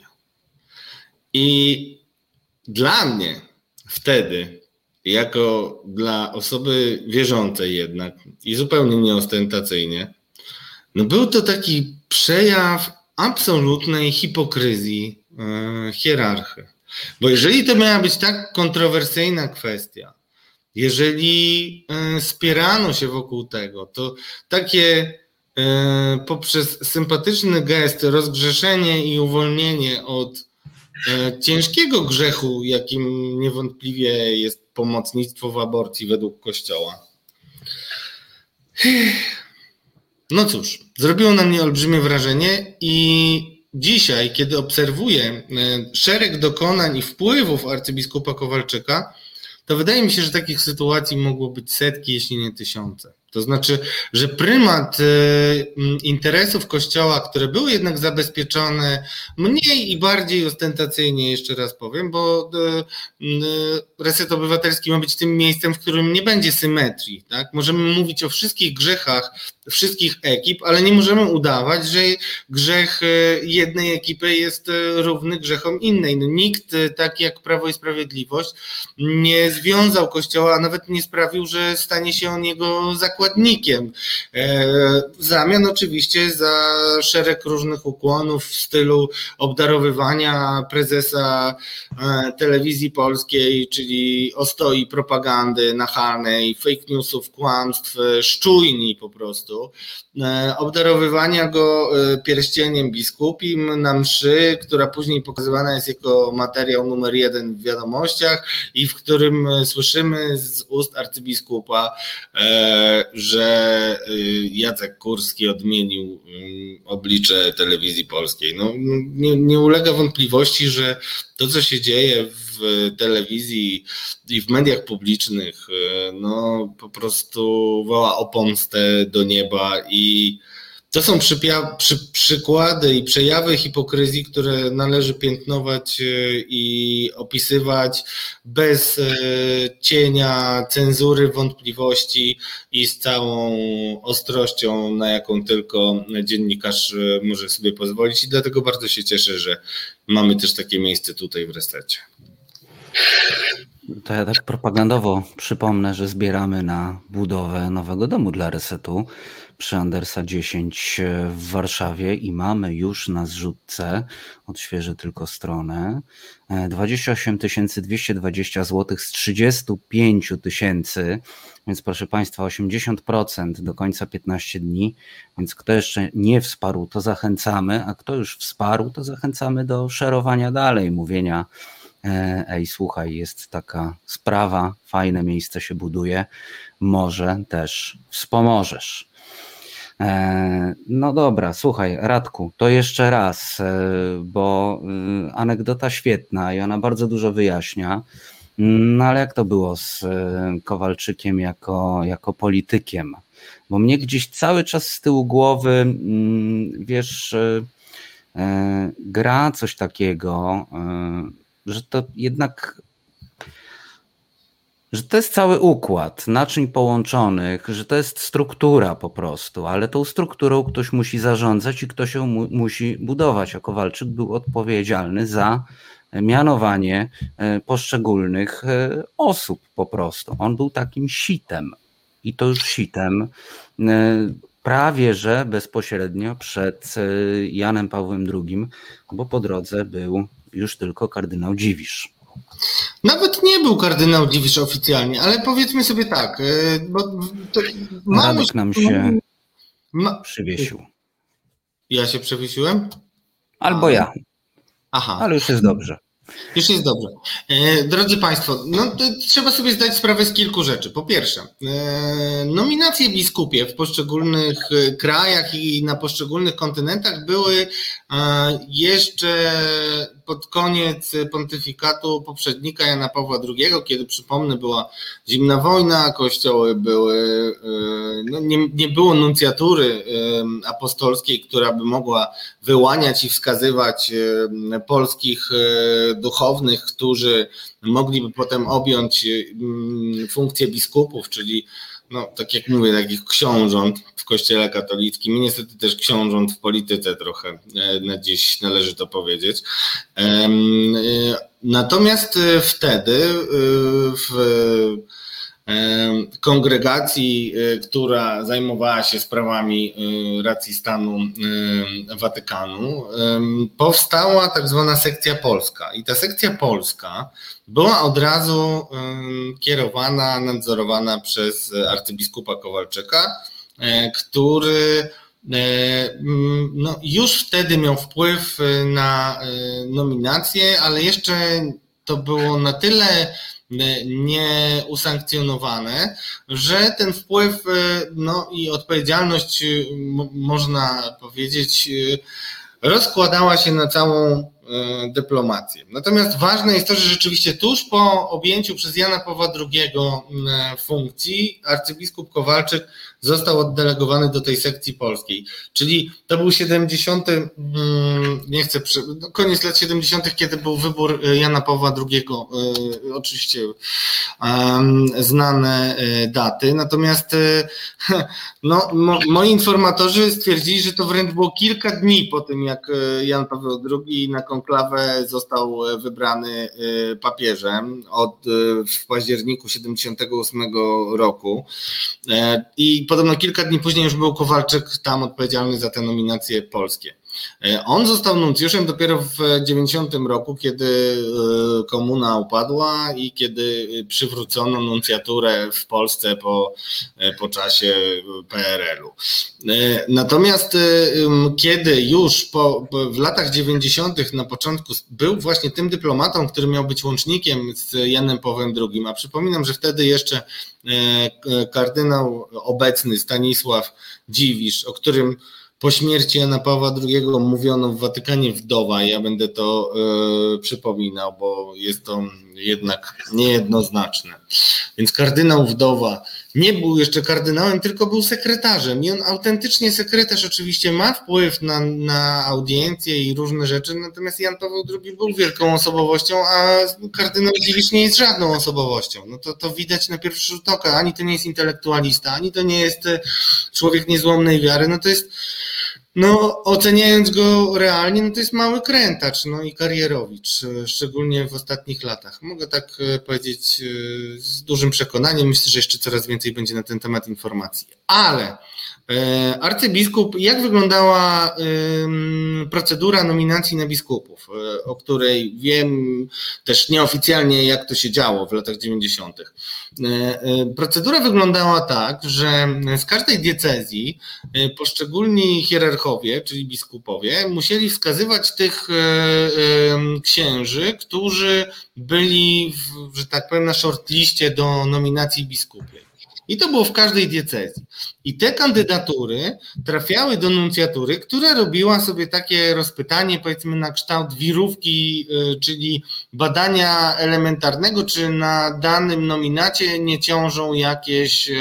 I dla mnie wtedy, jako dla osoby wierzącej jednak i zupełnie nieostentacyjnie, no był to taki przejaw absolutnej hipokryzji yy, hierarchy. Bo jeżeli to miała być tak kontrowersyjna kwestia, jeżeli yy, spierano się wokół tego, to takie yy, poprzez sympatyczny gest rozgrzeszenie i uwolnienie od yy, ciężkiego grzechu, jakim niewątpliwie jest pomocnictwo w aborcji według Kościoła. No cóż, zrobiło na mnie olbrzymie wrażenie i dzisiaj, kiedy obserwuję szereg dokonań i wpływów arcybiskupa Kowalczyka, to wydaje mi się, że takich sytuacji mogło być setki, jeśli nie tysiące. To znaczy, że prymat interesów Kościoła, które były jednak zabezpieczone mniej i bardziej ostentacyjnie, jeszcze raz powiem, bo Reset Obywatelski ma być tym miejscem, w którym nie będzie symetrii. Tak? Możemy mówić o wszystkich grzechach wszystkich ekip, ale nie możemy udawać, że grzech jednej ekipy jest równy grzechom innej. No, nikt, tak jak Prawo i Sprawiedliwość, nie związał Kościoła, a nawet nie sprawił, że stanie się on jego zakładnikiem. W zamian oczywiście za szereg różnych ukłonów w stylu obdarowywania prezesa telewizji polskiej, czyli ostoi propagandy nachalnej, fake newsów, kłamstw, szczujni po prostu. Obdarowywania go pierścieniem biskupim na mszy, która później pokazywana jest jako materiał numer jeden w wiadomościach i w którym słyszymy z ust arcybiskupa, że Jacek Kurski odmienił oblicze telewizji polskiej. No, nie, nie ulega wątpliwości, że to, co się dzieje w telewizji i w mediach publicznych, no po prostu woła o pomstę do nieba i to są przypia- przy- przykłady i przejawy hipokryzji, które należy piętnować i opisywać bez cienia cenzury, wątpliwości i z całą ostrością, na jaką tylko dziennikarz może sobie pozwolić i dlatego bardzo się cieszę, że mamy też takie miejsce tutaj w Resecie. To ja tak propagandowo przypomnę, że zbieramy na budowę nowego domu dla Resetu przy Andersa dziesięć w Warszawie i mamy już na zrzutce, odświeżę tylko stronę, dwadzieścia osiem tysięcy dwieście dwadzieścia złotych z trzydzieści pięć tysięcy, więc proszę Państwa osiemdziesiąt procent do końca piętnaście dni, więc kto jeszcze nie wsparł, to zachęcamy, a kto już wsparł, to zachęcamy do szerowania dalej, mówienia: ej, słuchaj, jest taka sprawa, fajne miejsce się buduje, może też wspomożesz. No dobra, słuchaj, Radku, to jeszcze raz, bo anegdota świetna i ona bardzo dużo wyjaśnia, no ale jak to było z Kowalczykiem jako, jako politykiem? Bo mnie gdzieś cały czas z tyłu głowy, wiesz, gra coś takiego, że to jednak, że to jest cały układ naczyń połączonych, że to jest struktura po prostu, ale tą strukturą ktoś musi zarządzać i ktoś ją mu, musi budować, a Kowalczyk był odpowiedzialny za mianowanie poszczególnych osób po prostu. On był takim sitem i to już sitem prawie że bezpośrednio przed Janem Pawłem drugim, bo po drodze był już tylko kardynał Dziwisz. Nawet nie był kardynał Dziwisz oficjalnie, ale powiedzmy sobie tak, bo to Radek nam się ma... przywiesił. Ja się przewiesiłem? Albo A. ja. Aha. Ale już jest dobrze. Już jest dobrze. Drodzy Państwo, no trzeba sobie zdać sprawę z kilku rzeczy. Po pierwsze, nominacje biskupie w poszczególnych krajach i na poszczególnych kontynentach były jeszcze pod koniec pontyfikatu poprzednika Jana Pawła drugiego, kiedy przypomnę była zimna wojna, kościoły były, no nie, nie było nuncjatury apostolskiej, która by mogła wyłaniać i wskazywać polskich duchownych, którzy mogliby potem objąć funkcję biskupów, czyli no, tak jak mówię, takich książąt w Kościele katolickim i niestety też książąt w polityce trochę na dziś należy to powiedzieć. Natomiast wtedy w kongregacji, która zajmowała się sprawami racji stanu Watykanu, powstała tak zwana sekcja polska. I ta sekcja polska była od razu kierowana, nadzorowana przez arcybiskupa Kowalczyka, który no, już wtedy miał wpływ na nominację, ale jeszcze to było na tyle nieusankcjonowane, że ten wpływ no, i odpowiedzialność, można powiedzieć, rozkładała się na całą dyplomację. Natomiast ważne jest to, że rzeczywiście tuż po objęciu przez Jana Pawła drugiego funkcji arcybiskup Kowalczyk został oddelegowany do tej sekcji polskiej. Czyli to był siedemdziesiąty, nie chcę, no koniec lat siedemdziesiątych, kiedy był wybór Jana Pawła drugiego, oczywiście znane daty, natomiast no, mo, moi informatorzy stwierdzili, że to wręcz było kilka dni po tym, jak Jan Paweł drugi na konklawę został wybrany papieżem od, w październiku siedemdziesiątego ósmego roku i podobno kilka dni później już był Kowalczyk tam odpowiedzialny za te nominacje polskie. On został nuncjuszem dopiero w dziewięćdziesiątym roku, kiedy komuna upadła i kiedy przywrócono nuncjaturę w Polsce po, po czasie P R L u. Natomiast kiedy już po, w latach dziewięćdziesiątych na początku był właśnie tym dyplomatą, który miał być łącznikiem z Janem Pawłem drugim, a przypominam, że wtedy jeszcze kardynał obecny Stanisław Dziwisz, o którym po śmierci Jana Pawła drugiego mówiono w Watykanie wdowa. Ja będę to y, przypominał, bo jest to jednak niejednoznaczne. Więc kardynał wdowa nie był jeszcze kardynałem, tylko był sekretarzem. I on autentycznie, sekretarz oczywiście ma wpływ na, na audiencję i różne rzeczy, natomiast Jan Paweł drugi był wielką osobowością, a kardynał Dziwisz nie jest żadną osobowością. No to, to widać na pierwszy rzut oka. Ani to nie jest intelektualista, ani to nie jest człowiek niezłomnej wiary. No to jest, no oceniając go realnie, no to jest mały krętacz, no i karierowicz, szczególnie w ostatnich latach. Mogę tak powiedzieć z dużym przekonaniem, myślę, że jeszcze coraz więcej będzie na ten temat informacji. Ale arcybiskup, jak wyglądała procedura nominacji na biskupów, o której wiem też nieoficjalnie, jak to się działo w latach dziewięćdziesiątych. Procedura wyglądała tak, że z każdej diecezji poszczególni hierarchowie, czyli biskupowie, musieli wskazywać tych księży, którzy byli, w, że tak powiem, na shortliście do nominacji biskupiej. I to było w każdej diecezji. I te kandydatury trafiały do nuncjatury, która robiła sobie takie rozpytanie, powiedzmy na kształt wirówki, czyli badania elementarnego, czy na danym nominacie nie ciążą jakieś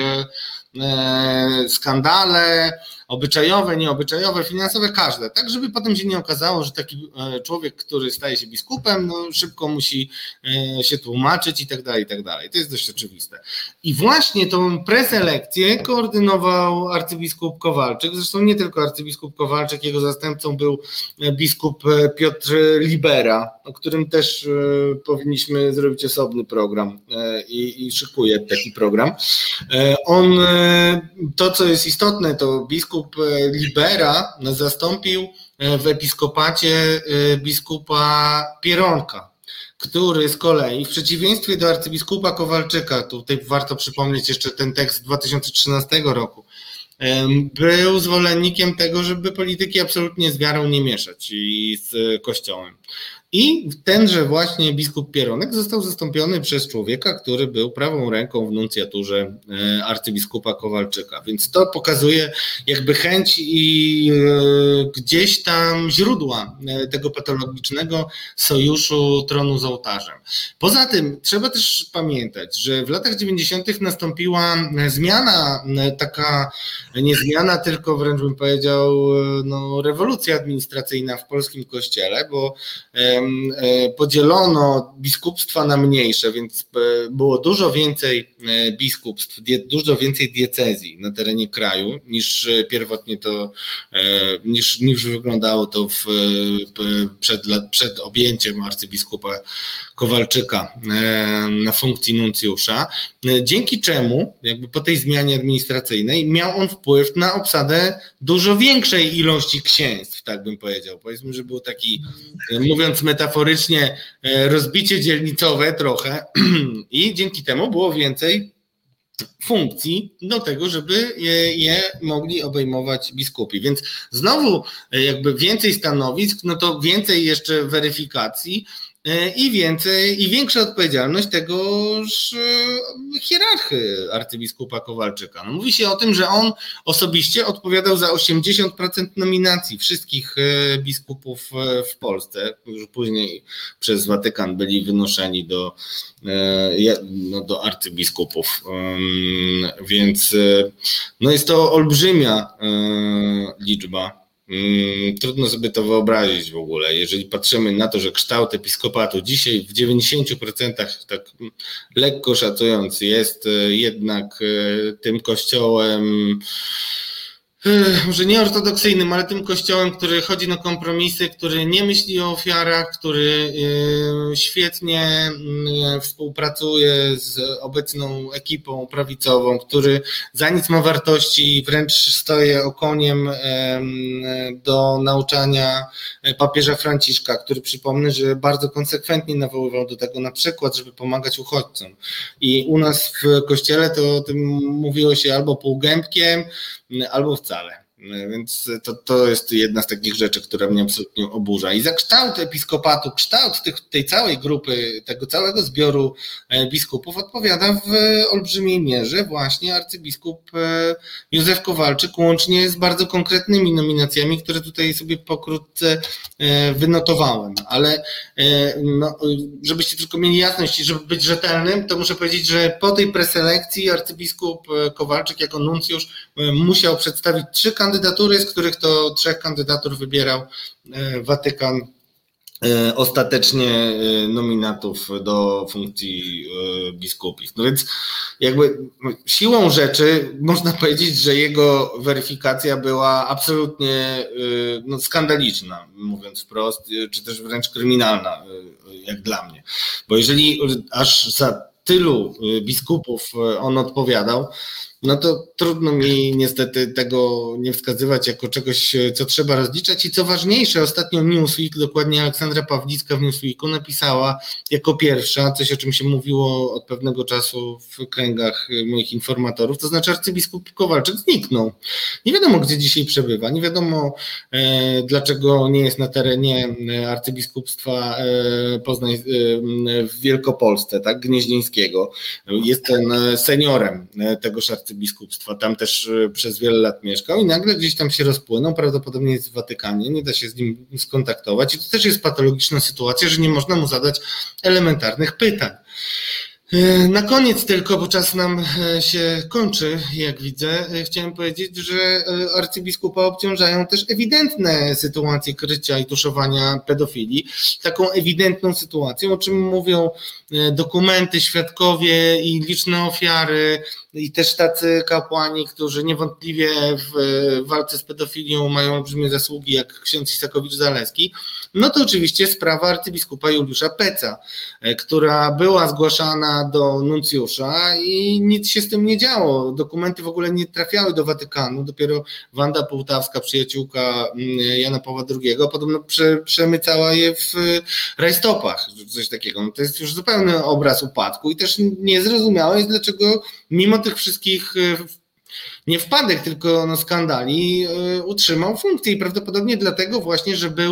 skandale obyczajowe, nieobyczajowe, finansowe, każde, tak żeby potem się nie okazało, że taki człowiek, który staje się biskupem, no szybko musi się tłumaczyć i tak dalej, i tak dalej. To jest dość oczywiste. I właśnie tą preselekcję koordynował arcybiskup Kowalczyk, zresztą nie tylko arcybiskup Kowalczyk, jego zastępcą był biskup Piotr Libera, o którym też powinniśmy zrobić osobny program i, i szykuję taki program. On, to co jest istotne, to biskup Libera zastąpił w episkopacie biskupa Pieronka, który z kolei w przeciwieństwie do arcybiskupa Kowalczyka, tutaj warto przypomnieć jeszcze ten tekst z dwa tysiące trzynastego roku, był zwolennikiem tego, żeby polityki absolutnie z wiarą nie mieszać i z Kościołem. I tenże właśnie biskup Pieronek został zastąpiony przez człowieka, który był prawą ręką w nuncjaturze arcybiskupa Kowalczyka. Więc to pokazuje jakby chęć i gdzieś tam źródła tego patologicznego sojuszu tronu z ołtarzem. Poza tym trzeba też pamiętać, że w latach dziewięćdziesiątych nastąpiła zmiana, taka nie zmiana, tylko wręcz bym powiedział no, rewolucja administracyjna w polskim kościele, bo podzielono biskupstwa na mniejsze, więc było dużo więcej biskupstw, dużo więcej diecezji na terenie kraju niż pierwotnie to, niż, niż wyglądało to w, przed, przed objęciem arcybiskupa Kowalczyka na funkcji nuncjusza, dzięki czemu jakby po tej zmianie administracyjnej miał on wpływ na obsadę dużo większej ilości księstw, tak bym powiedział. Powiedzmy, że był taki, mówiąc metaforycznie, rozbicie dzielnicowe trochę i dzięki temu było więcej funkcji do tego, żeby je, je mogli obejmować biskupi. Więc znowu jakby więcej stanowisk, no to więcej jeszcze weryfikacji i więcej, i większa odpowiedzialność tegoż hierarchy arcybiskupa Kowalczyka. No mówi się o tym, że on osobiście odpowiadał za osiemdziesiąt procent nominacji wszystkich biskupów w Polsce, którzy później przez Watykan byli wynoszeni do, no, do arcybiskupów. Więc no jest to olbrzymia liczba. Trudno sobie to wyobrazić w ogóle, jeżeli patrzymy na to, że kształt episkopatu dzisiaj w dziewięćdziesięciu procentach, tak lekko szacując, jest jednak tym kościołem, może nie ortodoksyjnym, ale tym kościołem, który chodzi na kompromisy, który nie myśli o ofiarach, który świetnie współpracuje z obecną ekipą prawicową, który za nic ma wartości i wręcz stoi okoniem do nauczania papieża Franciszka, który przypomnę, że bardzo konsekwentnie nawoływał do tego na przykład, żeby pomagać uchodźcom. I u nas w kościele to o tym mówiło się albo półgębkiem, albo wcale. Więc to, to jest jedna z takich rzeczy, która mnie absolutnie oburza. I za kształt episkopatu, kształt tych, tej całej grupy, tego całego zbioru biskupów odpowiada w olbrzymiej mierze właśnie arcybiskup Józef Kowalczyk, łącznie z bardzo konkretnymi nominacjami, które tutaj sobie pokrótce wynotowałem. Ale no, żebyście tylko mieli jasność i żeby być rzetelnym, to muszę powiedzieć, że po tej preselekcji arcybiskup Kowalczyk jako nuncjusz musiał przedstawić trzy kandydatury, z których to trzech kandydatur wybierał Watykan, ostatecznie nominatów do funkcji biskupich. No więc jakby siłą rzeczy można powiedzieć, że jego weryfikacja była absolutnie no, skandaliczna, mówiąc wprost, czy też wręcz kryminalna, jak dla mnie. Bo jeżeli aż za tylu biskupów on odpowiadał, no to trudno mi niestety tego nie wskazywać jako czegoś, co trzeba rozliczać. I co ważniejsze, ostatnio Newsweek, dokładnie Aleksandra Pawlicka w Newsweeku napisała jako pierwsza, coś o czym się mówiło od pewnego czasu w kręgach moich informatorów, to znaczy arcybiskup Kowalczyk zniknął. Nie wiadomo, gdzie dzisiaj przebywa, nie wiadomo e, dlaczego nie jest na terenie arcybiskupstwa e, Poznań e, w Wielkopolsce, tak, Gnieźnieńskiego. Jest ten seniorem tegoż arcybiskupstwa. Biskupstwa. Tam też przez wiele lat mieszkał i nagle gdzieś tam się rozpłynął, prawdopodobnie jest w Watykanie, nie da się z nim skontaktować i to też jest patologiczna sytuacja, że nie można mu zadać elementarnych pytań. Na koniec tylko, bo czas nam się kończy, jak widzę, chciałem powiedzieć, że arcybiskupa obciążają też ewidentne sytuacje krycia i tuszowania pedofilii. Taką ewidentną sytuacją, o czym mówią dokumenty, świadkowie i liczne ofiary i też tacy kapłani, którzy niewątpliwie w walce z pedofilią mają olbrzymie zasługi, jak ksiądz Isakowicz-Zaleski, no to oczywiście sprawa arcybiskupa Juliusza Peca, która była zgłaszana do nuncjusza i nic się z tym nie działo. Dokumenty w ogóle nie trafiały do Watykanu, dopiero Wanda Połtawska, przyjaciółka Jana Pawła drugiego, podobno prze, przemycała je w rajstopach, coś takiego. No to jest już zupełny obraz upadku i też niezrozumiałe jest, dlaczego mimo tych wszystkich nie wpadek, tylko no skandali utrzymał funkcję i prawdopodobnie dlatego właśnie, że był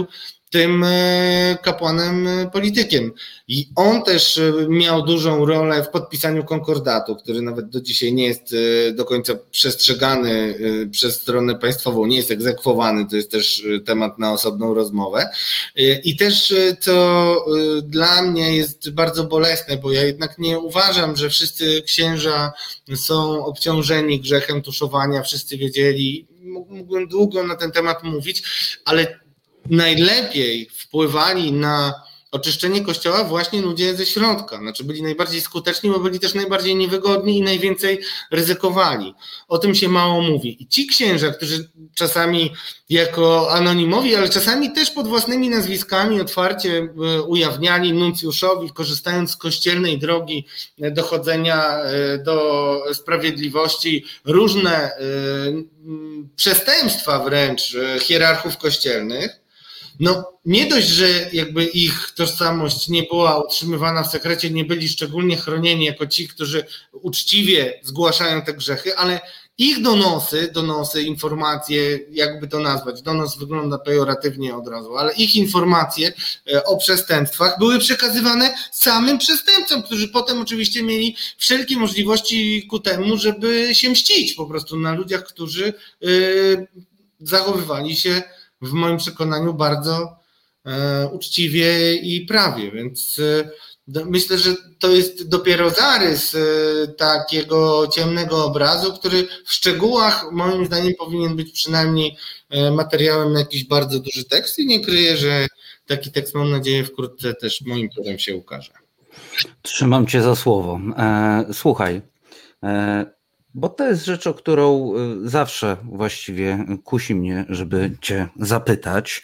tym kapłanem politykiem. I on też miał dużą rolę w podpisaniu konkordatu, który nawet do dzisiaj nie jest do końca przestrzegany przez stronę państwową, nie jest egzekwowany, to jest też temat na osobną rozmowę. I też co dla mnie jest bardzo bolesne, bo ja jednak nie uważam, że wszyscy księża są obciążeni grzechem tuszowania, wszyscy wiedzieli, mógłbym długo na ten temat mówić, ale najlepiej wpływali na oczyszczenie Kościoła właśnie ludzie ze środka. Znaczy byli najbardziej skuteczni, bo byli też najbardziej niewygodni i najwięcej ryzykowali. O tym się mało mówi. I ci księża, którzy czasami jako anonimowi, ale czasami też pod własnymi nazwiskami otwarcie ujawniali nuncjuszowi, korzystając z kościelnej drogi dochodzenia do sprawiedliwości, różne przestępstwa wręcz hierarchów kościelnych, no nie dość, że jakby ich tożsamość nie była utrzymywana w sekrecie, nie byli szczególnie chronieni jako ci, którzy uczciwie zgłaszają te grzechy, ale ich donosy, donosy, informacje, jakby to nazwać, donos wygląda pejoratywnie od razu, ale ich informacje o przestępstwach były przekazywane samym przestępcom, którzy potem oczywiście mieli wszelkie możliwości ku temu, żeby się mścić po prostu na ludziach, którzy yy, zachowywali się w moim przekonaniu bardzo e, uczciwie i prawie, więc e, myślę, że to jest dopiero zarys e, takiego ciemnego obrazu, który w szczegółach moim zdaniem powinien być przynajmniej e, materiałem na jakiś bardzo duży tekst i nie kryję, że taki tekst, mam nadzieję, wkrótce też moim zdaniem się ukaże. Trzymam cię za słowo. E, słuchaj, e, bo to jest rzecz, o którą zawsze właściwie kusi mnie, żeby cię zapytać.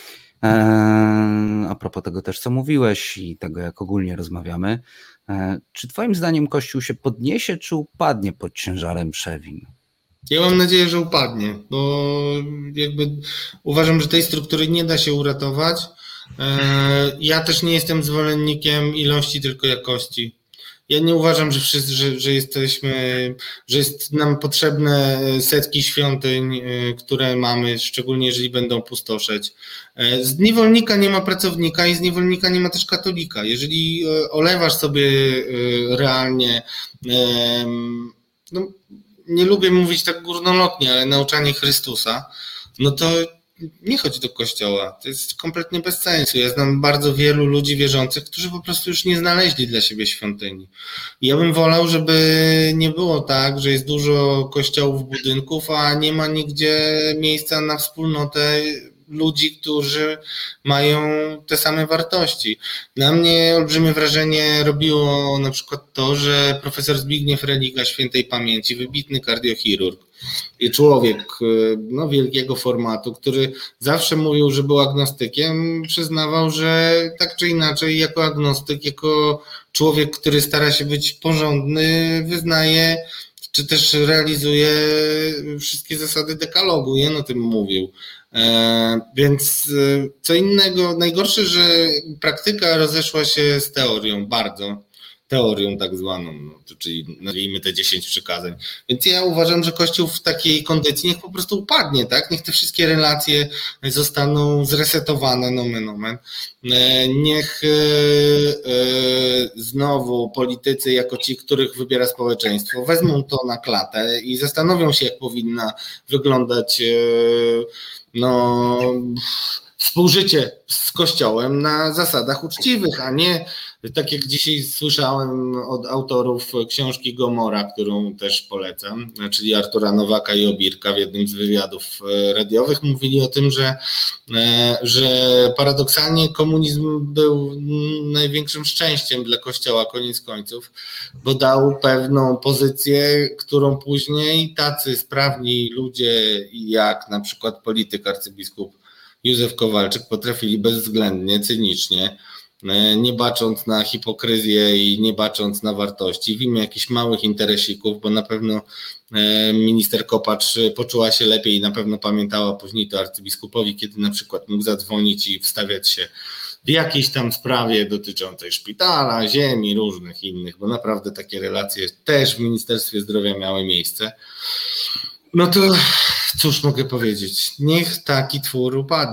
A propos tego też, co mówiłeś i tego, jak ogólnie rozmawiamy. Czy twoim zdaniem Kościół się podniesie, czy upadnie pod ciężarem przewin? Ja mam nadzieję, że upadnie, bo jakby uważam, że tej struktury nie da się uratować. Ja też nie jestem zwolennikiem ilości, tylko jakości. Ja nie uważam, że wszyscy, że, że jesteśmy, że jest nam potrzebne setki świątyń, które mamy, szczególnie jeżeli będą pustoszeć. Z niewolnika nie ma pracownika i z niewolnika nie ma też katolika. Jeżeli olewasz sobie realnie, no, nie lubię mówić tak górnolotnie, ale nauczanie Chrystusa, no to nie chodź do kościoła, to jest kompletnie bez sensu. Ja znam bardzo wielu ludzi wierzących, którzy po prostu już nie znaleźli dla siebie świątyni. I ja bym wolał, żeby nie było tak, że jest dużo kościołów, budynków, a nie ma nigdzie miejsca na wspólnotę ludzi, którzy mają te same wartości. Na mnie olbrzymie wrażenie robiło na przykład to, że profesor Zbigniew Religa świętej pamięci, wybitny kardiochirurg i człowiek no, wielkiego formatu, który zawsze mówił, że był agnostykiem, przyznawał, że tak czy inaczej jako agnostyk, jako człowiek, który stara się być porządny, wyznaje czy też realizuje wszystkie zasady dekalogu i on o tym mówił. Więc co innego, najgorsze, że praktyka rozeszła się z teorią, bardzo teorią tak zwaną, no, czyli nazwijmy te dziesięć przykazań. Więc ja uważam, że Kościół w takiej kondycji niech po prostu upadnie, tak? Niech te wszystkie relacje zostaną zresetowane, nomen omen. Niech e, e, znowu politycy, jako ci, których wybiera społeczeństwo, wezmą to na klatę i zastanowią się, jak powinna wyglądać e, no, współżycie z Kościołem na zasadach uczciwych, a nie tak jak dzisiaj słyszałem od autorów książki Gomora, którą też polecam, czyli Artura Nowaka i Obirka w jednym z wywiadów radiowych, mówili o tym, że, że paradoksalnie komunizm był największym szczęściem dla Kościoła koniec końców, bo dał pewną pozycję, którą później tacy sprawni ludzie jak na przykład polityk arcybiskup Józef Kowalczyk potrafili bezwzględnie, cynicznie, nie bacząc na hipokryzję i nie bacząc na wartości, w imię jakichś małych interesików, bo na pewno minister Kopacz poczuła się lepiej i na pewno pamiętała później to arcybiskupowi, kiedy na przykład mógł zadzwonić i wstawiać się w jakiejś tam sprawie dotyczącej szpitala, ziemi, różnych innych, bo naprawdę takie relacje też w Ministerstwie Zdrowia miały miejsce. No to cóż mogę powiedzieć, niech taki twór upadnie.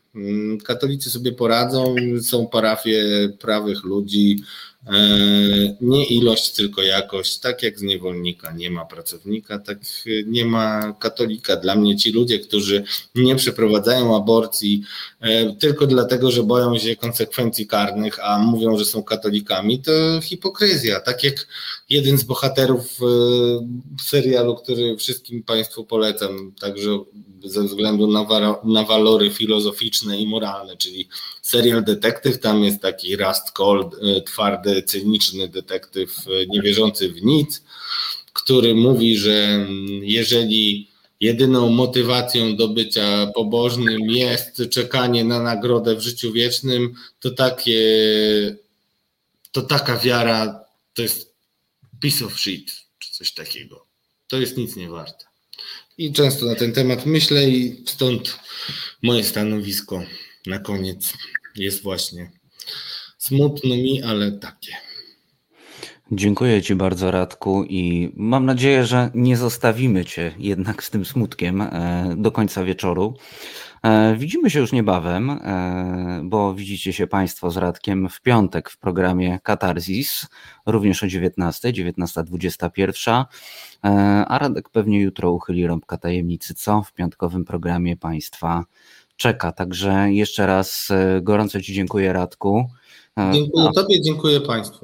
Katolicy sobie poradzą, są parafie prawych ludzi, nie ilość, tylko jakość. Tak jak z niewolnika nie ma pracownika, tak nie ma katolika. Dla mnie ci ludzie, którzy nie przeprowadzają aborcji tylko dlatego, że boją się konsekwencji karnych, a mówią, że są katolikami, to hipokryzja. Tak jak jeden z bohaterów serialu, który wszystkim Państwu polecam, także ze względu na, wa- na walory filozoficzne i moralne, czyli serial Detektyw, tam jest taki Rust Cold, twardy, cyniczny detektyw niewierzący w nic, który mówi, że jeżeli jedyną motywacją do bycia pobożnym jest czekanie na nagrodę w życiu wiecznym, to takie, to taka wiara to jest piece of shit, czy coś takiego. To jest nic nie warte. I często na ten temat myślę i stąd moje stanowisko na koniec jest właśnie smutno mi, ale takie. Dziękuję Ci bardzo, Radku, i mam nadzieję, że nie zostawimy Cię jednak z tym smutkiem do końca wieczoru. Widzimy się już niebawem, bo widzicie się Państwo z Radkiem w piątek w programie Katarzis, również o dziewiętnastej, dziewiętnasta dwadzieścia jeden, a Radek pewnie jutro uchyli rąbka tajemnicy, co w piątkowym programie Państwa czeka. Także jeszcze raz gorąco Ci dziękuję, Radku. Dziękuję Tobie, dziękuję Państwu.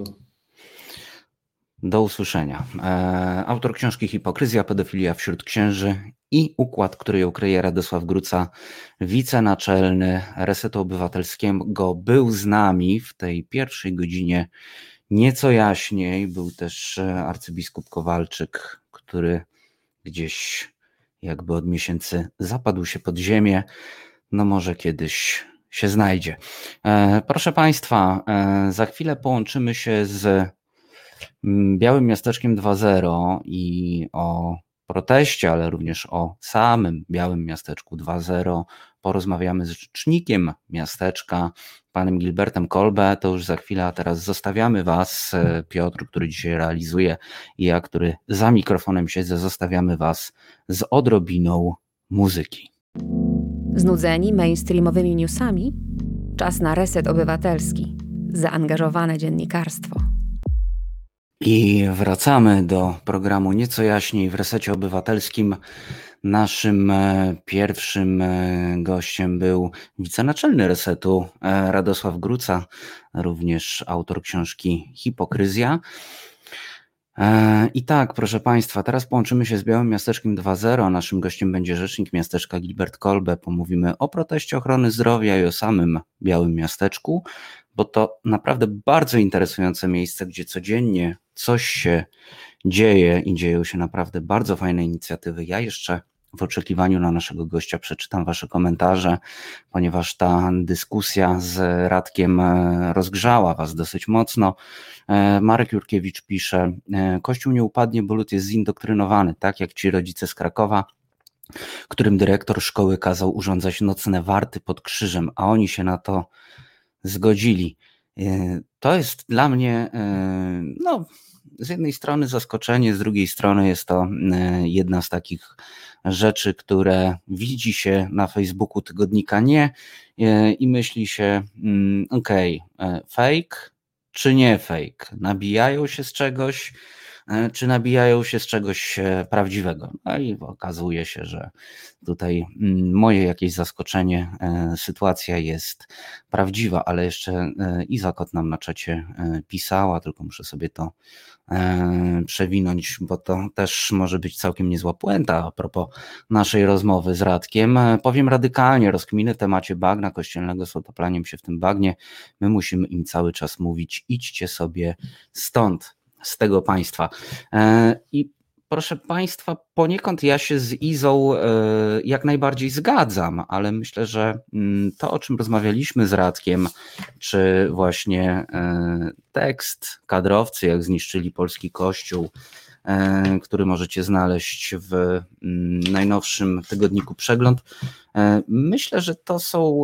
Do usłyszenia. Autor książki Hipokryzja, pedofilia wśród księży i układ, który ją kryje, Radosław Gruca, wicenaczelny Resetu Obywatelskiego, był z nami w tej pierwszej godzinie nieco jaśniej. Był też arcybiskup Kowalczyk, który gdzieś jakby od miesięcy zapadł się pod ziemię. No może kiedyś się znajdzie. Proszę Państwa, za chwilę połączymy się z Białym Miasteczkiem dwa zero i o proteście, ale również o samym Białym Miasteczku dwa zero porozmawiamy z rzecznikiem miasteczka, panem Gilbertem Kolbe. To już za chwilę, a teraz zostawiamy Was, Piotr, który dzisiaj realizuje, i ja, który za mikrofonem siedzę, zostawiamy Was z odrobiną muzyki. Znudzeni mainstreamowymi newsami? Czas na Reset Obywatelski. Zaangażowane dziennikarstwo. I wracamy do programu Nieco jaśniej w Resecie Obywatelskim. Naszym pierwszym gościem był wicenaczelny Resetu Radosław Gruca, również autor książki Hipokryzja. I tak, proszę Państwa, teraz połączymy się z Białym Miasteczkiem dwa zero. Naszym gościem będzie rzecznik miasteczka Gilbert Kolbe. Pomówimy o proteście ochrony zdrowia i o samym Białym Miasteczku, bo to naprawdę bardzo interesujące miejsce, gdzie codziennie coś się dzieje i dzieją się naprawdę bardzo fajne inicjatywy. Ja jeszcze w oczekiwaniu na naszego gościa przeczytam Wasze komentarze, ponieważ ta dyskusja z Radkiem rozgrzała Was dosyć mocno. Marek Jurkiewicz pisze: Kościół nie upadnie, bo lud jest zindoktrynowany, tak jak ci rodzice z Krakowa, którym dyrektor szkoły kazał urządzać nocne warty pod krzyżem, a oni się na to zgodzili. To jest dla mnie, no, z jednej strony zaskoczenie, z drugiej strony jest to jedna z takich rzeczy, które widzi się na Facebooku tygodnika Nie i myśli się, okej, okay, fake czy nie fake? Nabijają się z czegoś, czy nabijają się z czegoś prawdziwego? No i okazuje się, że tutaj moje jakieś zaskoczenie, sytuacja jest prawdziwa, ale jeszcze Iza Kot nam na czacie pisała, tylko muszę sobie to przewinąć, bo to też może być całkiem niezła puenta a propos naszej rozmowy z Radkiem. Powiem radykalnie, rozkminy w temacie bagna kościelnego są toplaniem się w tym bagnie. My musimy im cały czas mówić: idźcie sobie stąd, z tego państwa. I proszę Państwa, poniekąd ja się z Izą jak najbardziej zgadzam, ale myślę, że to, o czym rozmawialiśmy z Radkiem, czy właśnie tekst Kadrowcy, jak zniszczyli polski kościół, który możecie znaleźć w najnowszym tygodniku Przegląd, myślę, że to są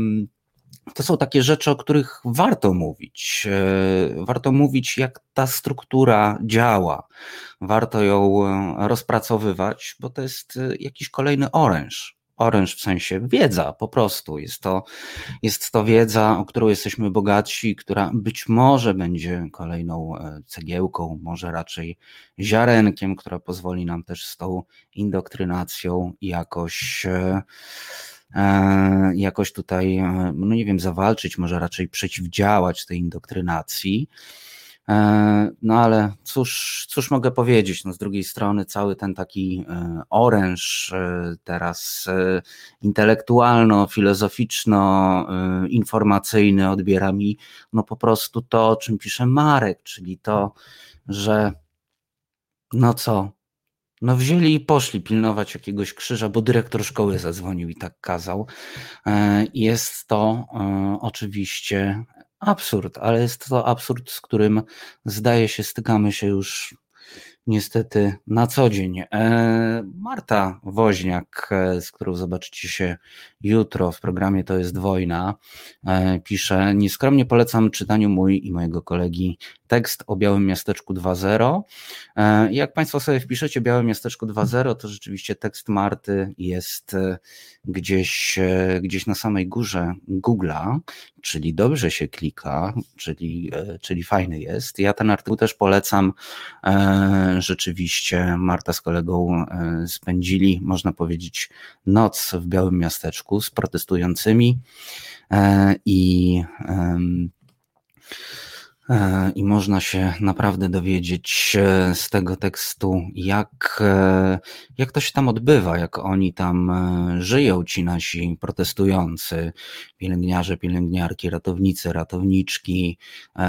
To są takie rzeczy, o których warto mówić. Warto mówić, jak ta struktura działa. Warto ją rozpracowywać, bo to jest jakiś kolejny oręż oręż w sensie wiedza, po prostu. Jest to, jest to wiedza, o którą jesteśmy bogatsi, która być może będzie kolejną cegiełką, może raczej ziarenkiem, która pozwoli nam też z tą indoktrynacją jakoś jakoś tutaj, no nie wiem, zawalczyć, może raczej przeciwdziałać tej indoktrynacji. No ale cóż, cóż mogę powiedzieć, no z drugiej strony cały ten taki oręż teraz intelektualno-filozoficzno-informacyjny odbiera mi no po prostu to, o czym pisze Marek, czyli to, że no co, no wzięli i poszli pilnować jakiegoś krzyża, bo dyrektor szkoły zadzwonił i tak kazał. Jest to oczywiście absurd, ale jest to absurd, z którym zdaje się stykamy się już niestety na co dzień. Marta Woźniak, z którą zobaczycie się jutro w programie To jest wojna, pisze: nieskromnie polecam czytaniu mój i mojego kolegi tekst o Białym Miasteczku dwa zero. Jak Państwo sobie wpiszecie Białe Miasteczko dwa zero, to rzeczywiście tekst Marty jest gdzieś, gdzieś na samej górze Google'a, czyli dobrze się klika, czyli, czyli fajny jest. Ja ten artykuł też polecam. Rzeczywiście Marta z kolegą spędzili, można powiedzieć, noc w Białym Miasteczku z protestującymi i I można się naprawdę dowiedzieć z tego tekstu, jak, jak to się tam odbywa, jak oni tam żyją, ci nasi protestujący, pielęgniarze, pielęgniarki, ratownicy, ratowniczki,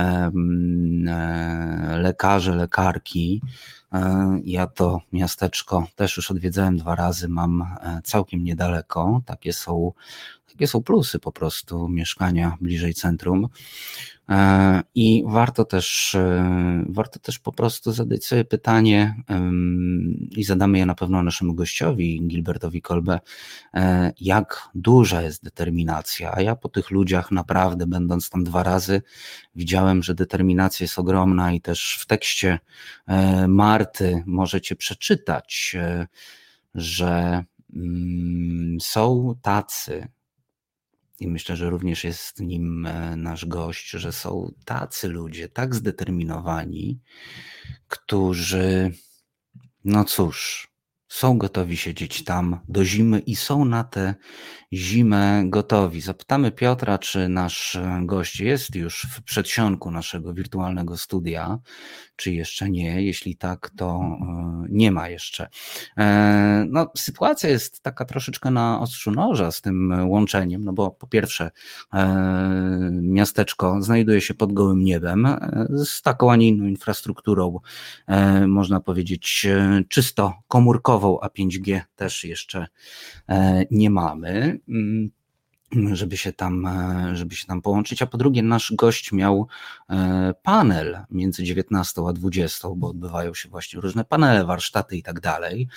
lekarze, lekarki. Ja to miasteczko też już odwiedzałem dwa razy, mam całkiem niedaleko. Takie są, takie są plusy po prostu mieszkania bliżej centrum. I warto też, warto też po prostu zadać sobie pytanie i zadamy je na pewno naszemu gościowi, Gilbertowi Kolbe, jak duża jest determinacja. A ja po tych ludziach naprawdę, będąc tam dwa razy, widziałem, że determinacja jest ogromna i też w tekście Marty możecie przeczytać, że są tacy, i myślę, że również jest nim nasz gość, że są tacy ludzie, tak zdeterminowani, którzy, no cóż, są gotowi siedzieć tam do zimy i są na tę zimę gotowi. Zapytamy Piotra, czy nasz gość jest już w przedsionku naszego wirtualnego studia, czy jeszcze nie. Jeśli tak, to nie ma jeszcze. No, sytuacja jest taka troszeczkę na ostrzu noża z tym łączeniem, no bo po pierwsze miasteczko znajduje się pod gołym niebem z taką, a nie inną infrastrukturą, można powiedzieć czysto komórkową, a pięć G też jeszcze nie mamy, żeby się tam, żeby się tam połączyć, a po drugie nasz gość miał panel między dziewiętnastą a dwudziestą, bo odbywają się właśnie różne panele, warsztaty i tak dalej.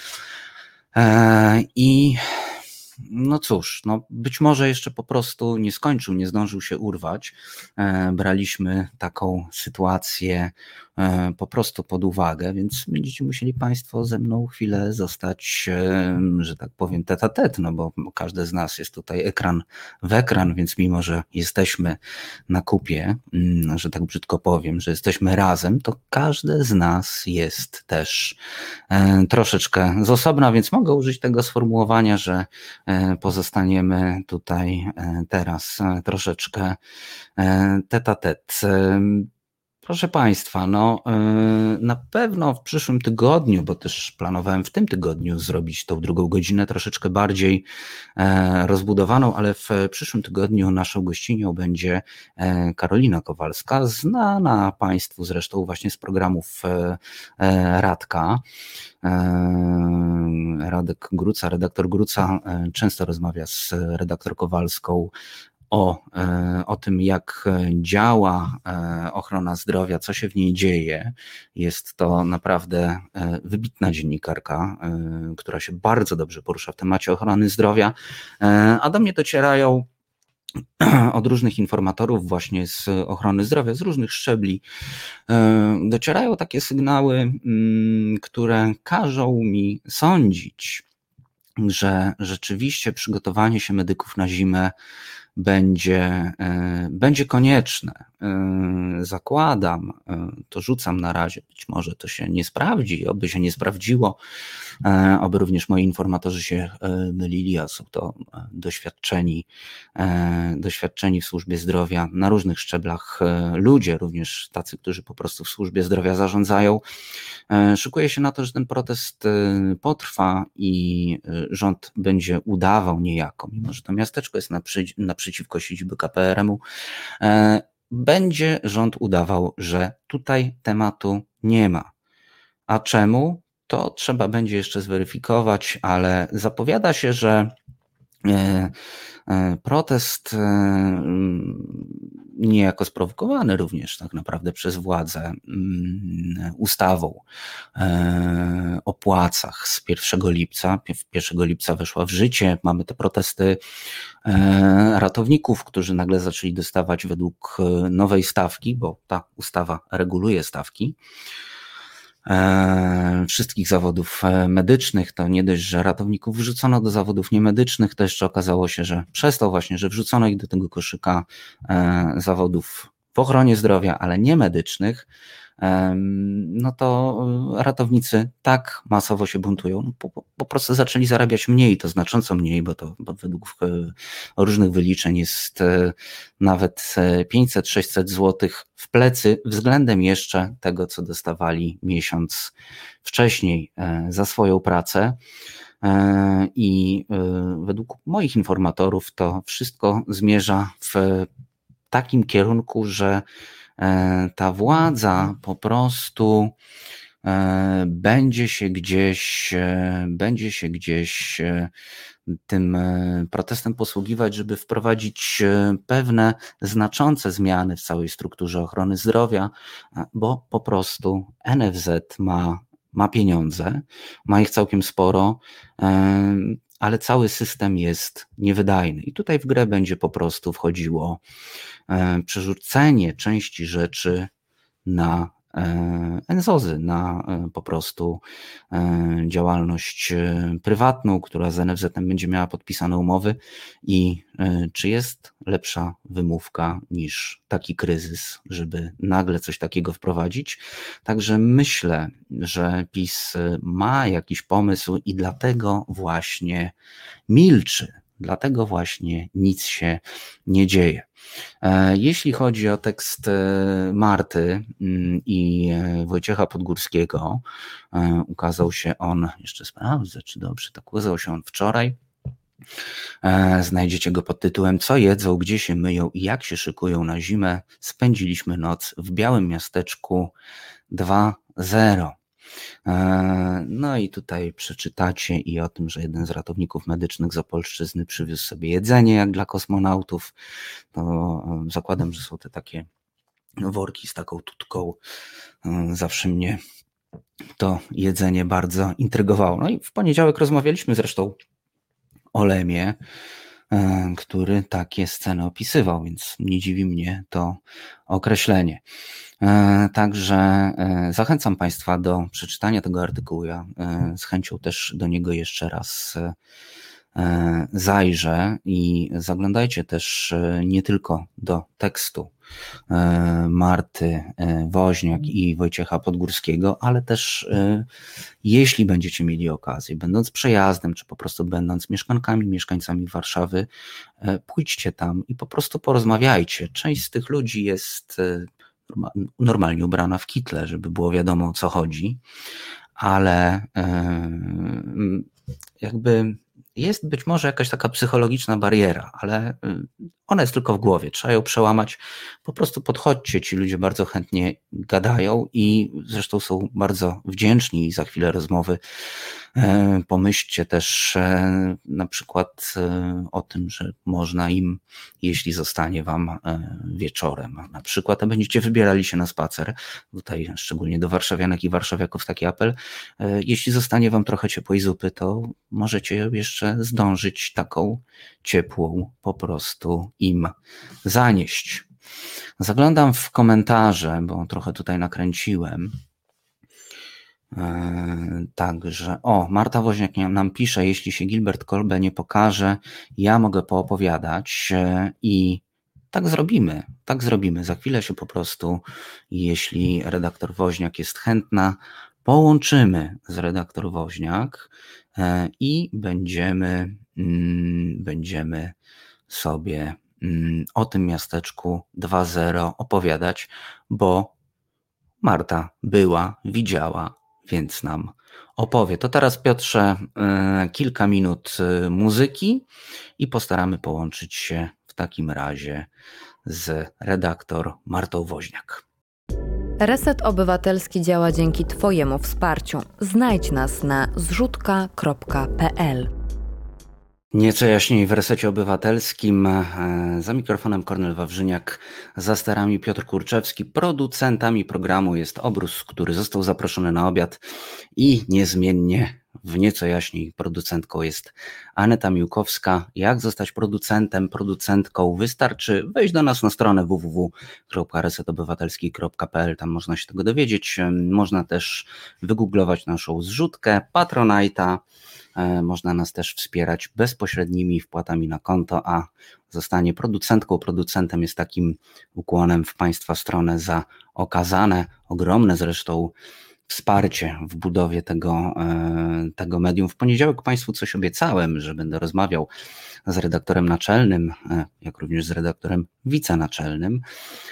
I no cóż, no być może jeszcze po prostu nie skończył, nie zdążył się urwać. Braliśmy taką sytuację po prostu pod uwagę, więc będziecie musieli Państwo ze mną chwilę zostać, że tak powiem, tete a tete, no bo każdy z nas jest tutaj ekran w ekran, więc mimo, że jesteśmy na kupie, że tak brzydko powiem, że jesteśmy razem, to każdy z nas jest też troszeczkę z osobna, więc mogę użyć tego sformułowania, że pozostaniemy tutaj teraz troszeczkę tete a tete. Proszę Państwa, no na pewno w przyszłym tygodniu, bo też planowałem w tym tygodniu zrobić tą drugą godzinę troszeczkę bardziej rozbudowaną, ale w przyszłym tygodniu naszą gościnią będzie Karolina Kowalska, znana Państwu zresztą właśnie z programów Radka. Radek Gruca, redaktor Gruca często rozmawia z redaktor Kowalską o, o tym, jak działa ochrona zdrowia, co się w niej dzieje. Jest to naprawdę wybitna dziennikarka, która się bardzo dobrze porusza w temacie ochrony zdrowia, a do mnie docierają od różnych informatorów właśnie z ochrony zdrowia, z różnych szczebli, docierają takie sygnały, które każą mi sądzić, że rzeczywiście przygotowanie się medyków na zimę będzie, będzie konieczne. Zakładam, to rzucam na razie, być może to się nie sprawdzi, oby się nie sprawdziło, oby również moi informatorzy się mylili, a są to doświadczeni, doświadczeni w służbie zdrowia na różnych szczeblach ludzie, również tacy, którzy po prostu w służbie zdrowia zarządzają. Szykuje się na to, że ten protest potrwa i rząd będzie udawał niejako, mimo że to miasteczko jest naprzy- naprzeciwko siedziby K P R M u, będzie rząd udawał, że tutaj tematu nie ma. A czemu? To trzeba będzie jeszcze zweryfikować, ale zapowiada się, że protest niejako sprowokowany również tak naprawdę przez władzę ustawą o płacach z pierwszego lipca. pierwszego lipca weszła w życie. Mamy te protesty ratowników, którzy nagle zaczęli dostawać według nowej stawki, bo ta ustawa reguluje stawki wszystkich zawodów medycznych. To nie dość, że ratowników wrzucono do zawodów niemedycznych, to jeszcze okazało się, że przez to właśnie, że wrzucono ich do tego koszyka zawodów w ochronie zdrowia, ale niemedycznych, no to ratownicy tak masowo się buntują, po, po prostu zaczęli zarabiać mniej, to znacząco mniej, bo to bo według różnych wyliczeń jest nawet pięćset sześćset złotych w plecy względem jeszcze tego, co dostawali miesiąc wcześniej za swoją pracę. I według moich informatorów to wszystko zmierza w takim kierunku, że ta władza po prostu będzie się gdzieś, będzie się gdzieś tym protestem posługiwać, żeby wprowadzić pewne znaczące zmiany w całej strukturze ochrony zdrowia, bo po prostu N F Z ma, ma pieniądze, ma ich całkiem sporo, ale cały system jest niewydajny. I tutaj w grę będzie po prostu wchodziło przerzucenie części rzeczy na N Z O Z y, na po prostu działalność prywatną, która z N F Z-em będzie miała podpisane umowy. I czy jest lepsza wymówka niż taki kryzys, żeby nagle coś takiego wprowadzić? Także myślę, że PiS ma jakiś pomysł i dlatego właśnie milczy. Dlatego właśnie nic się nie dzieje. Jeśli chodzi o tekst Marty i Wojciecha Podgórskiego, ukazał się on, jeszcze sprawdzę, czy dobrze, tak ukazał się on wczoraj. Znajdziecie go pod tytułem Co jedzą, gdzie się myją i jak się szykują na zimę. Spędziliśmy noc w białym miasteczku dwa zero. No i tutaj przeczytacie i o tym, że jeden z ratowników medycznych z Opolszczyzny przywiózł sobie jedzenie jak dla kosmonautów. To zakładam, że są te takie worki z taką tutką. Zawsze mnie to jedzenie bardzo intrygowało. No i w poniedziałek rozmawialiśmy zresztą o Lemie, który takie sceny opisywał, więc nie dziwi mnie to określenie. Także zachęcam Państwa do przeczytania tego artykułu. Ja z chęcią też do niego jeszcze raz zajrzę i zaglądajcie też nie tylko do tekstu Marty Woźniak i Wojciecha Podgórskiego, ale też jeśli będziecie mieli okazję, będąc przejazdem, czy po prostu będąc mieszkankami, mieszkańcami Warszawy, pójdźcie tam i po prostu porozmawiajcie. Część z tych ludzi jest normalnie ubrana w kitle, żeby było wiadomo, o co chodzi, ale jakby jest być może jakaś taka psychologiczna bariera, ale ona jest tylko w głowie, trzeba ją przełamać. Po prostu podchodźcie, ci ludzie bardzo chętnie gadają i zresztą są bardzo wdzięczni i za chwilę rozmowy pomyślcie też na przykład o tym, że można im, jeśli zostanie wam wieczorem, na przykład, a będziecie wybierali się na spacer, tutaj szczególnie do warszawianek i warszawiaków taki apel, jeśli zostanie wam trochę ciepłej zupy, to możecie jeszcze zdążyć taką ciepłą po prostu im zanieść. Zaglądam w komentarze, bo trochę tutaj nakręciłem. Także, o, Marta Woźniak nam pisze, jeśli się Gilbert Kolbe nie pokaże, ja mogę poopowiadać i tak zrobimy, tak zrobimy. Za chwilę się po prostu, jeśli redaktor Woźniak jest chętna, połączymy z redaktor Woźniak i będziemy, będziemy sobie o tym miasteczku dwa zero opowiadać, bo Marta była, widziała, więc nam opowie. To teraz, Piotrze, kilka minut muzyki i postaramy połączyć się w takim razie z redaktor Martą Woźniak. Reset Obywatelski działa dzięki Twojemu wsparciu. Znajdź nas na zrzutka kropka pe el. Nieco jaśniej w Resecie Obywatelskim, za mikrofonem Kornel Wawrzyniak, za sterami Piotr Kurczewski, producentami programu jest Obrus, który został zaproszony na obiad i niezmiennie w Nieco jaśniej producentką jest Aneta Miłkowska. Jak zostać producentem, producentką? Wystarczy wejść do nas na stronę w w w kropka reset obywatelski kropka pe el, tam można się tego dowiedzieć. Można też wygooglować naszą zrzutkę, Patronite'a. Można nas też wspierać bezpośrednimi wpłatami na konto, a zostanie producentką, producentem jest takim ukłonem w Państwa stronę za okazane, ogromne zresztą wsparcie w budowie tego, tego medium. W poniedziałek Państwu coś obiecałem, że będę rozmawiał z redaktorem naczelnym, jak również z redaktorem wicenaczelnym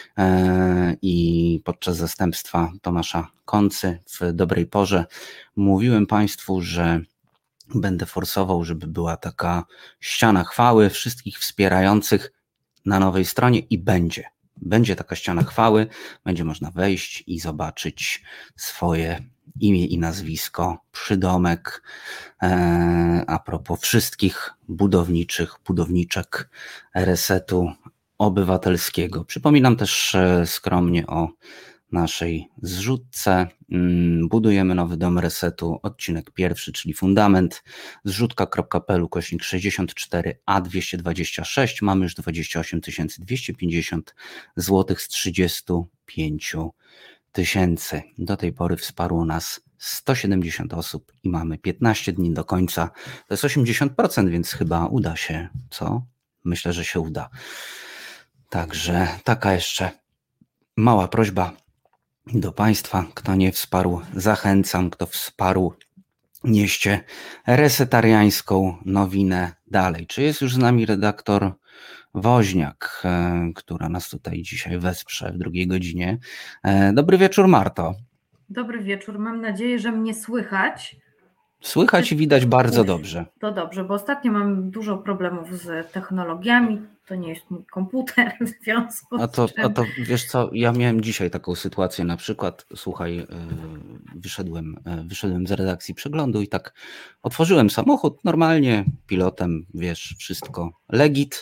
i podczas zastępstwa Tomasza Koncy w dobrej porze mówiłem Państwu, że będę forsował, żeby była taka ściana chwały wszystkich wspierających na nowej stronie i będzie. Będzie taka ściana chwały, będzie można wejść i zobaczyć swoje imię i nazwisko, przydomek, e, a propos wszystkich budowniczych, budowniczek Resetu Obywatelskiego. Przypominam też skromnie o naszej zrzutce. Budujemy nowy dom Resetu, odcinek pierwszy, czyli fundament, zrzutka kropka pe el ukośnik sześćdziesiąt cztery a dwieście dwadzieścia sześć. Mamy już dwadzieścia osiem tysięcy dwieście pięćdziesiąt złotych z trzydziestu pięciu tysięcy. Do tej pory wsparło nas sto siedemdziesiąt osób i mamy piętnaście dni do końca. To jest osiemdziesiąt procent, więc chyba uda się, co? Myślę, że się uda. Także taka jeszcze mała prośba do Państwa, kto nie wsparł, zachęcam, kto wsparł, nieście resetariańską nowinę dalej. Czy jest już z nami redaktor Woźniak, która nas tutaj dzisiaj wesprze w drugiej godzinie? Dobry wieczór, Marto. Dobry wieczór, mam nadzieję, że mnie słychać. Słychać i widać bardzo dobrze. To dobrze, bo ostatnio mam dużo problemów z technologiami, to nie jest mój komputer w związku a to, z czym... A to wiesz co, ja miałem dzisiaj taką sytuację na przykład, słuchaj, wyszedłem, wyszedłem z redakcji przeglądu i tak otworzyłem samochód normalnie, pilotem, wiesz, wszystko legit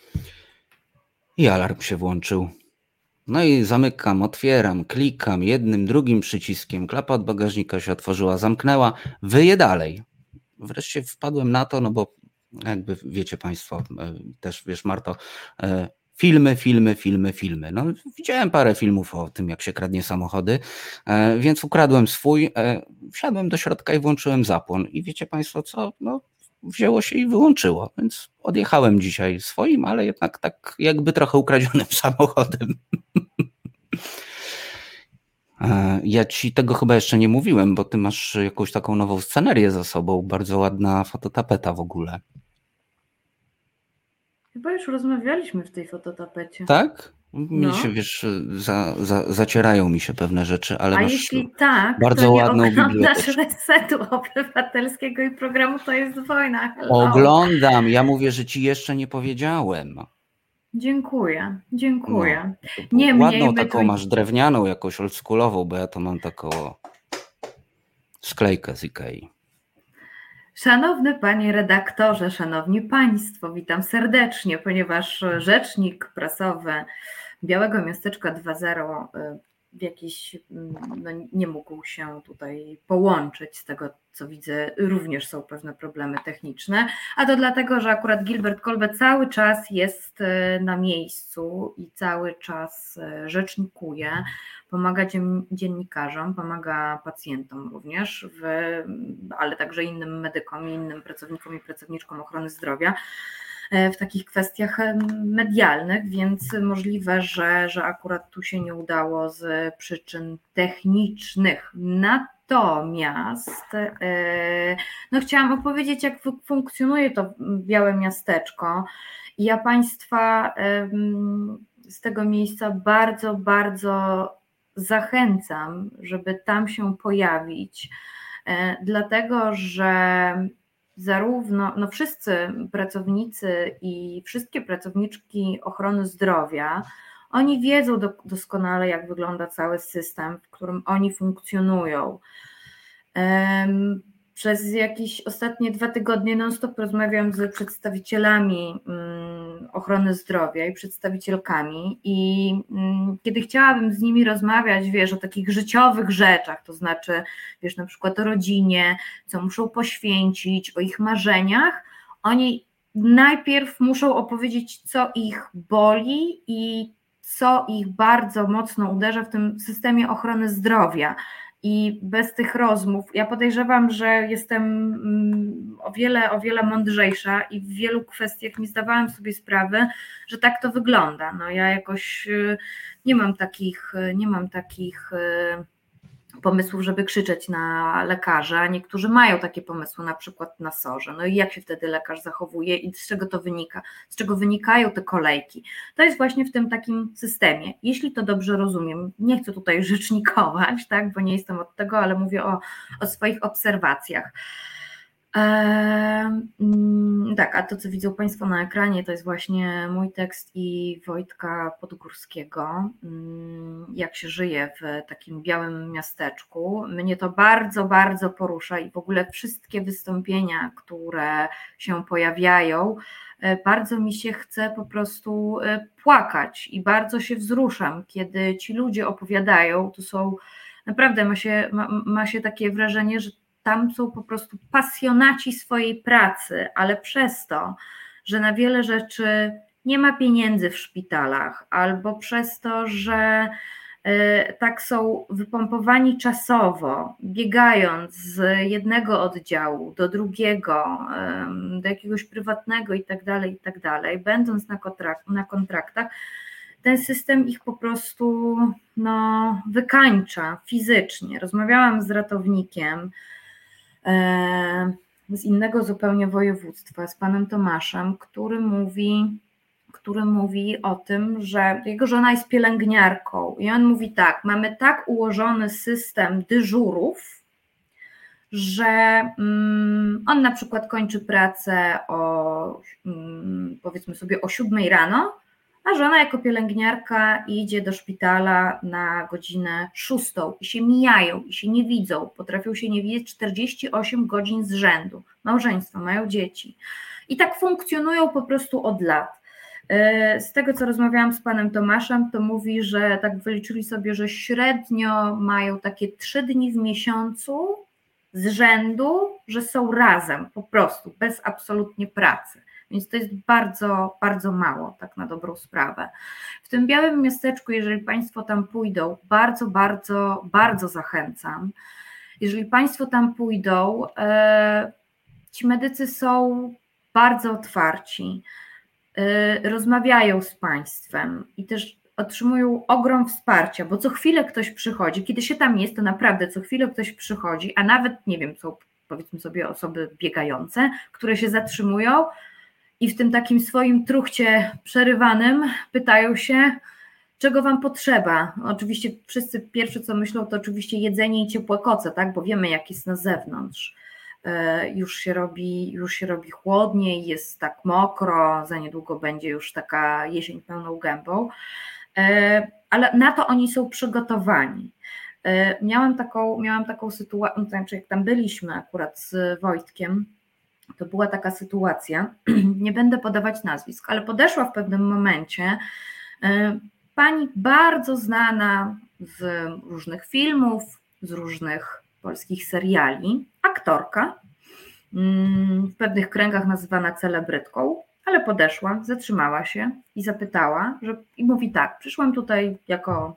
i alarm się włączył. No i zamykam, otwieram, klikam jednym, drugim przyciskiem, klapa od bagażnika się otworzyła, zamknęła, wyje dalej. Wreszcie wpadłem na to, no bo jakby wiecie Państwo, też wiesz Marto, filmy, filmy, filmy, filmy. No widziałem parę filmów o tym, jak się kradnie samochody, więc ukradłem swój, wsiadłem do środka i włączyłem zapłon i wiecie Państwo co, no wzięło się i wyłączyło, więc odjechałem dzisiaj swoim, ale jednak tak jakby trochę ukradzionym samochodem. Ja ci tego chyba jeszcze nie mówiłem, bo ty masz jakąś taką nową scenerię za sobą, bardzo ładna fototapeta w ogóle. Chyba już rozmawialiśmy w tej fototapecie. Tak? Mi No. się, wiesz, za, za, zacierają mi się pewne rzeczy, ale A masz jeśli tak, bardzo to nie ładną oglądasz biblioteczkę. Resetu Obywatelskiego i programu To jest wojna. Hello. Oglądam, ja mówię, że ci jeszcze nie powiedziałem. Dziękuję, dziękuję. No, Niemniej ładną my taką tu- masz drewnianą, jakąś oldschoolową, bo ja to mam taką sklejkę z Ikei. Szanowny panie redaktorze, szanowni państwo, witam serdecznie, ponieważ rzecznik prasowy Białego Miasteczka dwa zero w jakiś, no nie mógł się tutaj połączyć. Z tego co widzę, również są pewne problemy techniczne, a to dlatego, że akurat Gilbert Kolbe cały czas jest na miejscu i cały czas rzecznikuje, pomaga dziennikarzom, pomaga pacjentom również, w, ale także innym medykom i innym pracownikom i pracowniczkom ochrony zdrowia w takich kwestiach medialnych, więc możliwe, że, że akurat tu się nie udało z przyczyn technicznych. Natomiast no chciałam opowiedzieć, jak funkcjonuje to Białe Miasteczko i ja Państwa z tego miejsca bardzo, bardzo zachęcam, żeby tam się pojawić, dlatego że zarówno no wszyscy pracownicy i wszystkie pracowniczki ochrony zdrowia, oni wiedzą do, doskonale, jak wygląda cały system, w którym oni funkcjonują. Um, przez jakieś ostatnie dwa tygodnie non-stop rozmawiam z przedstawicielami um, ochrony zdrowia i przedstawicielkami i um, kiedy chciałabym z nimi rozmawiać, wiesz, o takich życiowych rzeczach, to znaczy, wiesz, na przykład o rodzinie, co muszą poświęcić, o ich marzeniach, oni najpierw muszą opowiedzieć, co ich boli i co ich bardzo mocno uderza w tym systemie ochrony zdrowia. I bez tych rozmów, ja podejrzewam, że jestem o wiele, o wiele mądrzejsza i w wielu kwestiach nie zdawałam sobie sprawy, że tak to wygląda. No ja jakoś nie mam takich, nie mam takich pomysłów, żeby krzyczeć na lekarza. Niektórzy mają takie pomysły, na przykład na sorze. No i jak się wtedy lekarz zachowuje i z czego to wynika? Z czego wynikają te kolejki? To jest właśnie w tym takim systemie. Jeśli to dobrze rozumiem, nie chcę tutaj rzecznikować, tak, bo nie jestem od tego, ale mówię o, o swoich obserwacjach. Eee, tak, a to co widzą Państwo na ekranie, to jest właśnie mój tekst i Wojtka Podgórskiego, jak się żyje w takim białym miasteczku. Mnie to bardzo, bardzo porusza i w ogóle wszystkie wystąpienia, które się pojawiają, bardzo mi się chce po prostu płakać i bardzo się wzruszam, kiedy ci ludzie opowiadają, to są naprawdę, ma się, ma, ma się takie wrażenie, że tam są po prostu pasjonaci swojej pracy, ale przez to, że na wiele rzeczy nie ma pieniędzy w szpitalach, albo przez to, że y, tak są wypompowani czasowo, biegając z jednego oddziału do drugiego, y, do jakiegoś prywatnego i tak dalej, i tak dalej, będąc na, kontrakt, na kontraktach, ten system ich po prostu no, wykańcza fizycznie. Rozmawiałam z ratownikiem z innego zupełnie województwa, z panem Tomaszem, który mówi, który mówi o tym, że jego żona jest pielęgniarką i on mówi tak, mamy tak ułożony system dyżurów, że mm, on na przykład kończy pracę o mm, powiedzmy sobie o siódmej rano, a żona jako pielęgniarka idzie do szpitala na godzinę szóstą i się mijają, i się nie widzą, potrafią się nie widzieć czterdzieści osiem godzin z rzędu, małżeństwo, mają dzieci i tak funkcjonują po prostu od lat. Z tego co rozmawiałam z panem Tomaszem, to mówi, że tak wyliczyli sobie, że średnio mają takie trzy dni w miesiącu z rzędu, że są razem po prostu, bez absolutnie pracy. Więc to jest bardzo, bardzo mało, tak na dobrą sprawę. W tym Białym Miasteczku, jeżeli Państwo tam pójdą, bardzo, bardzo, bardzo zachęcam. Jeżeli Państwo tam pójdą, e, ci medycy są bardzo otwarci, e, rozmawiają z Państwem i też otrzymują ogrom wsparcia, bo co chwilę ktoś przychodzi, kiedy się tam jest, to naprawdę co chwilę ktoś przychodzi, a nawet, nie wiem, są powiedzmy sobie osoby biegające, które się zatrzymują, i w tym takim swoim truchcie przerywanym pytają się, czego wam potrzeba. Oczywiście wszyscy pierwsze co myślą to oczywiście jedzenie i ciepłe koce, tak? Bo wiemy jak jest na zewnątrz. Już się robi, już się robi chłodniej, jest tak mokro, za niedługo będzie już taka jesień pełną gębą, ale na to oni są przygotowani. Miałam taką, miałam taką sytuację, znaczy jak tam byliśmy akurat z Wojtkiem, to była taka sytuacja, nie będę podawać nazwisk, ale podeszła w pewnym momencie pani bardzo znana z różnych filmów, z różnych polskich seriali, aktorka, w pewnych kręgach nazywana celebrytką, ale podeszła, zatrzymała się i zapytała, że, i mówi tak, przyszłam tutaj jako,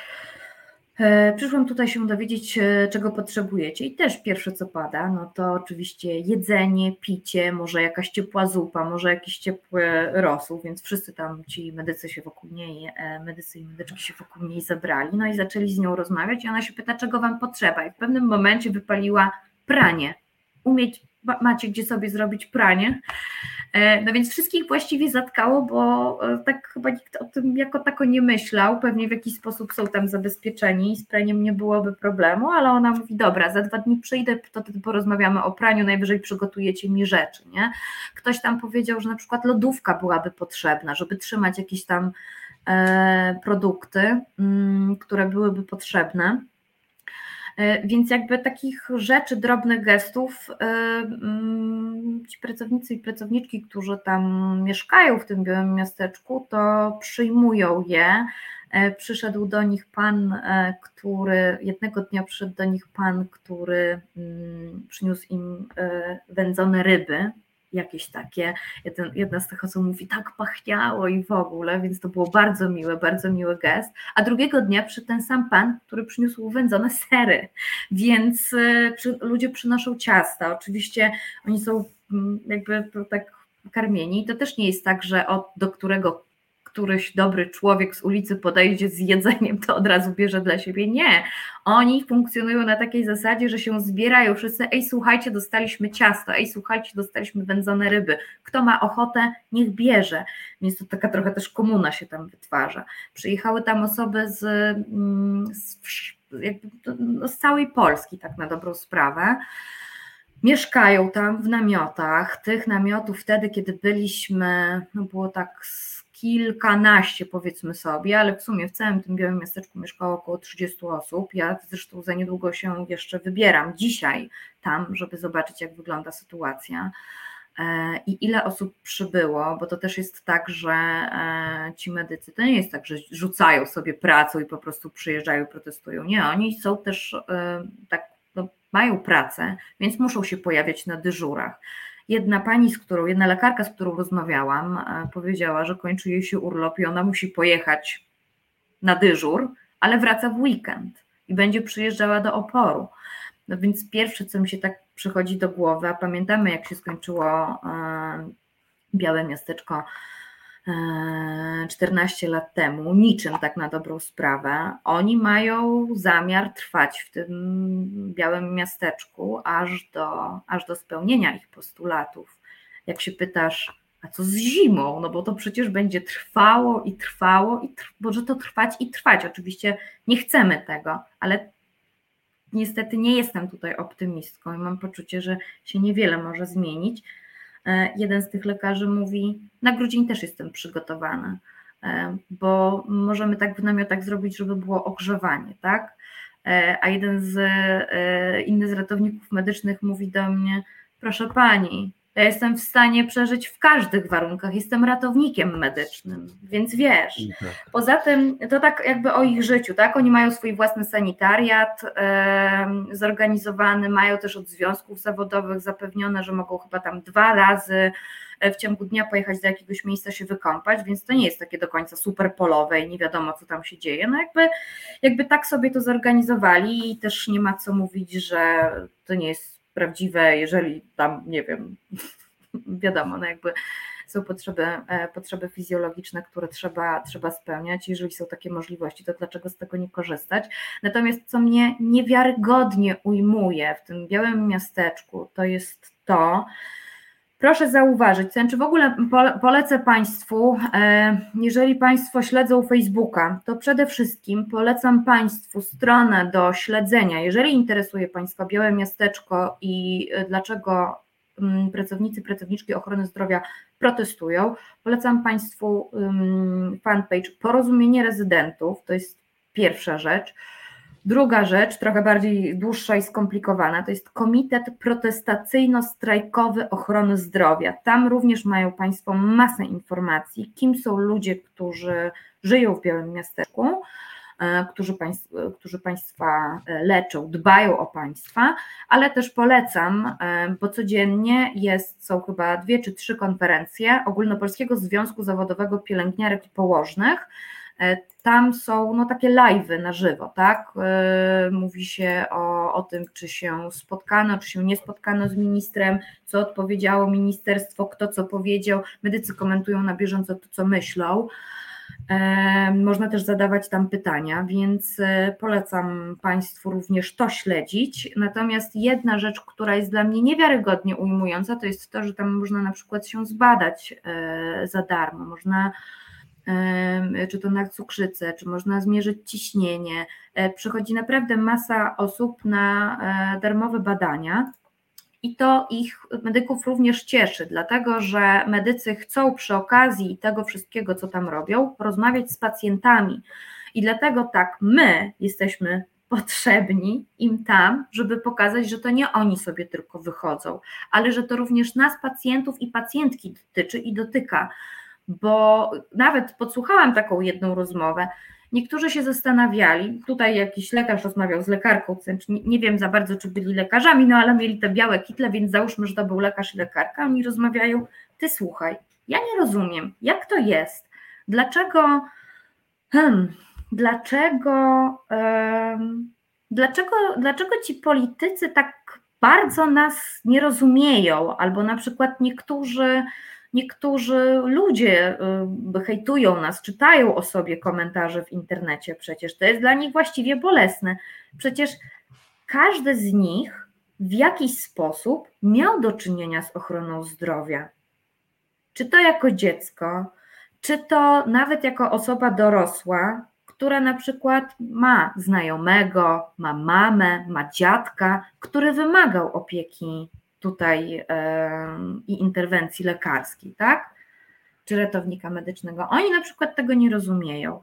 e, przyszłam tutaj się dowiedzieć, czego potrzebujecie i też pierwsze co pada, no to oczywiście jedzenie, picie, może jakaś ciepła zupa, może jakiś ciepły rosół, więc wszyscy tam ci medycy się wokół niej, medycy i medyczki się wokół niej zebrali, no i zaczęli z nią rozmawiać i ona się pyta, czego wam potrzeba i w pewnym momencie wypaliła pranie, umieć, macie gdzie sobie zrobić pranie, no więc wszystkich właściwie zatkało, bo tak chyba nikt o tym jako tako nie myślał, pewnie w jakiś sposób są tam zabezpieczeni i z praniem nie byłoby problemu, ale ona mówi, dobra, za dwa dni przyjdę, to wtedy porozmawiamy o praniu, najwyżej przygotujecie mi rzeczy, nie? Ktoś tam powiedział, że na przykład lodówka byłaby potrzebna, żeby trzymać jakieś tam e, produkty, m, które byłyby potrzebne. Więc jakby takich rzeczy, drobnych gestów ci pracownicy i pracowniczki, którzy tam mieszkają w tym białym miasteczku, to przyjmują je. Przyszedł do nich pan, który, jednego dnia przyszedł do nich pan, który przyniósł im wędzone ryby, jakieś takie, jeden, jedna z tych osób mówi, tak pachniało i w ogóle, więc to było bardzo miłe, bardzo miły gest, a drugiego dnia przyszedł ten sam pan, który przyniósł wędzone sery, więc przy, ludzie przynoszą ciasta, oczywiście oni są jakby tak karmieni, to też nie jest tak, że od, do którego któryś dobry człowiek z ulicy podejdzie z jedzeniem, to od razu bierze dla siebie. Nie. Oni funkcjonują na takiej zasadzie, że się zbierają wszyscy, ej słuchajcie, dostaliśmy ciasto, ej słuchajcie, dostaliśmy wędzone ryby. Kto ma ochotę, niech bierze. Więc to taka trochę też komuna się tam wytwarza. Przyjechały tam osoby z, z, jakby, no, z całej Polski, tak na dobrą sprawę. Mieszkają tam w namiotach. Tych namiotów wtedy, kiedy byliśmy, no było tak kilkanaście powiedzmy sobie, ale w sumie w całym tym białym miasteczku mieszkało około trzydzieści osób. Ja zresztą za niedługo się jeszcze wybieram dzisiaj tam, żeby zobaczyć, jak wygląda sytuacja i ile osób przybyło, bo to też jest tak, że ci medycy, to nie jest tak, że rzucają sobie pracę i po prostu przyjeżdżają, protestują. Nie, oni są też tak, no, mają pracę, więc muszą się pojawiać na dyżurach. Jedna pani, z którą, jedna lekarka, z którą rozmawiałam, powiedziała, że kończy jej się urlop i ona musi pojechać na dyżur, ale wraca w weekend i będzie przyjeżdżała do Oporu. No więc pierwsze, co mi się tak przychodzi do głowy, a pamiętamy, jak się skończyło Białe Miasteczko czternaście lat temu, niczym tak na dobrą sprawę, oni mają zamiar trwać w tym białym miasteczku aż do, aż do spełnienia ich postulatów. Jak się pytasz, a co z zimą, no bo to przecież będzie trwało i trwało, i tr- może to trwać i trwać, oczywiście nie chcemy tego, ale niestety nie jestem tutaj optymistką i mam poczucie, że się niewiele może zmienić. Jeden z tych lekarzy mówi, na grudzień też jestem przygotowana, bo możemy tak w namiotach zrobić, żeby było ogrzewanie, tak? A jeden z innych z ratowników medycznych mówi do mnie, proszę pani, ja jestem w stanie przeżyć w każdych warunkach, jestem ratownikiem medycznym, więc wiesz. Poza tym to tak jakby o ich życiu, tak? Oni mają swój własny sanitariat e, zorganizowany, mają też od związków zawodowych zapewnione, że mogą chyba tam dwa razy w ciągu dnia pojechać do jakiegoś miejsca się wykąpać, więc to nie jest takie do końca super polowe i nie wiadomo, co tam się dzieje. No jakby, jakby tak sobie to zorganizowali i też nie ma co mówić, że to nie jest prawdziwe, jeżeli tam, nie wiem, wiadomo, no jakby są potrzeby, potrzeby fizjologiczne, które trzeba, trzeba spełniać. Jeżeli są takie możliwości, to dlaczego z tego nie korzystać? Natomiast co mnie niewiarygodnie ujmuje w tym białym miasteczku, to jest to, proszę zauważyć, to znaczy w ogóle polecę Państwu, jeżeli Państwo śledzą Facebooka, to przede wszystkim polecam Państwu stronę do śledzenia, jeżeli interesuje Państwa Białe Miasteczko i dlaczego pracownicy, pracowniczki ochrony zdrowia protestują, polecam Państwu fanpage Porozumienie Rezydentów, to jest pierwsza rzecz. Druga rzecz, trochę bardziej dłuższa i skomplikowana, to jest Komitet Protestacyjno-Strajkowy Ochrony Zdrowia. Tam również mają Państwo masę informacji, kim są ludzie, którzy żyją w Białym Miasteczku którzy, państw, którzy Państwa leczą, dbają o Państwa, ale też polecam, bo codziennie jest, są chyba dwie czy trzy konferencje Ogólnopolskiego Związku Zawodowego Pielęgniarek i Położnych. Tam są no, takie live'y na żywo, tak? Mówi się o, o tym, czy się spotkano, czy się nie spotkano z ministrem, co odpowiedziało ministerstwo, kto co powiedział. Medycy komentują na bieżąco to, co myślą. Można też zadawać tam pytania, więc polecam Państwu również to śledzić. Natomiast jedna rzecz, która jest dla mnie niewiarygodnie ujmująca, to jest to, że tam można na przykład się zbadać za darmo, można czy to na cukrzycę, czy można zmierzyć ciśnienie. Przychodzi naprawdę masa osób na darmowe badania i to ich medyków również cieszy, dlatego że medycy chcą przy okazji tego wszystkiego, co tam robią, rozmawiać z pacjentami i dlatego tak my jesteśmy potrzebni im tam, żeby pokazać, że to nie oni sobie tylko wychodzą, ale że to również nas, pacjentów i pacjentki dotyczy i dotyka. Bo nawet podsłuchałam taką jedną rozmowę, niektórzy się zastanawiali, tutaj jakiś lekarz rozmawiał z lekarką, nie, nie wiem za bardzo, czy byli lekarzami, no ale mieli te białe kitle, więc załóżmy, że to był lekarz i lekarka, oni rozmawiają, ty słuchaj, ja nie rozumiem, jak to jest, dlaczego, hmm, dlaczego, um, dlaczego, dlaczego ci politycy tak bardzo nas nie rozumieją, albo na przykład niektórzy Niektórzy ludzie hejtują nas, czytają o sobie komentarze w internecie, przecież to jest dla nich właściwie bolesne. Przecież każdy z nich w jakiś sposób miał do czynienia z ochroną zdrowia. Czy to jako dziecko, czy to nawet jako osoba dorosła, która na przykład ma znajomego, ma mamę, ma dziadka, który wymagał opieki tutaj yy, i interwencji lekarskiej, tak? Czy ratownika medycznego. Oni na przykład tego nie rozumieją.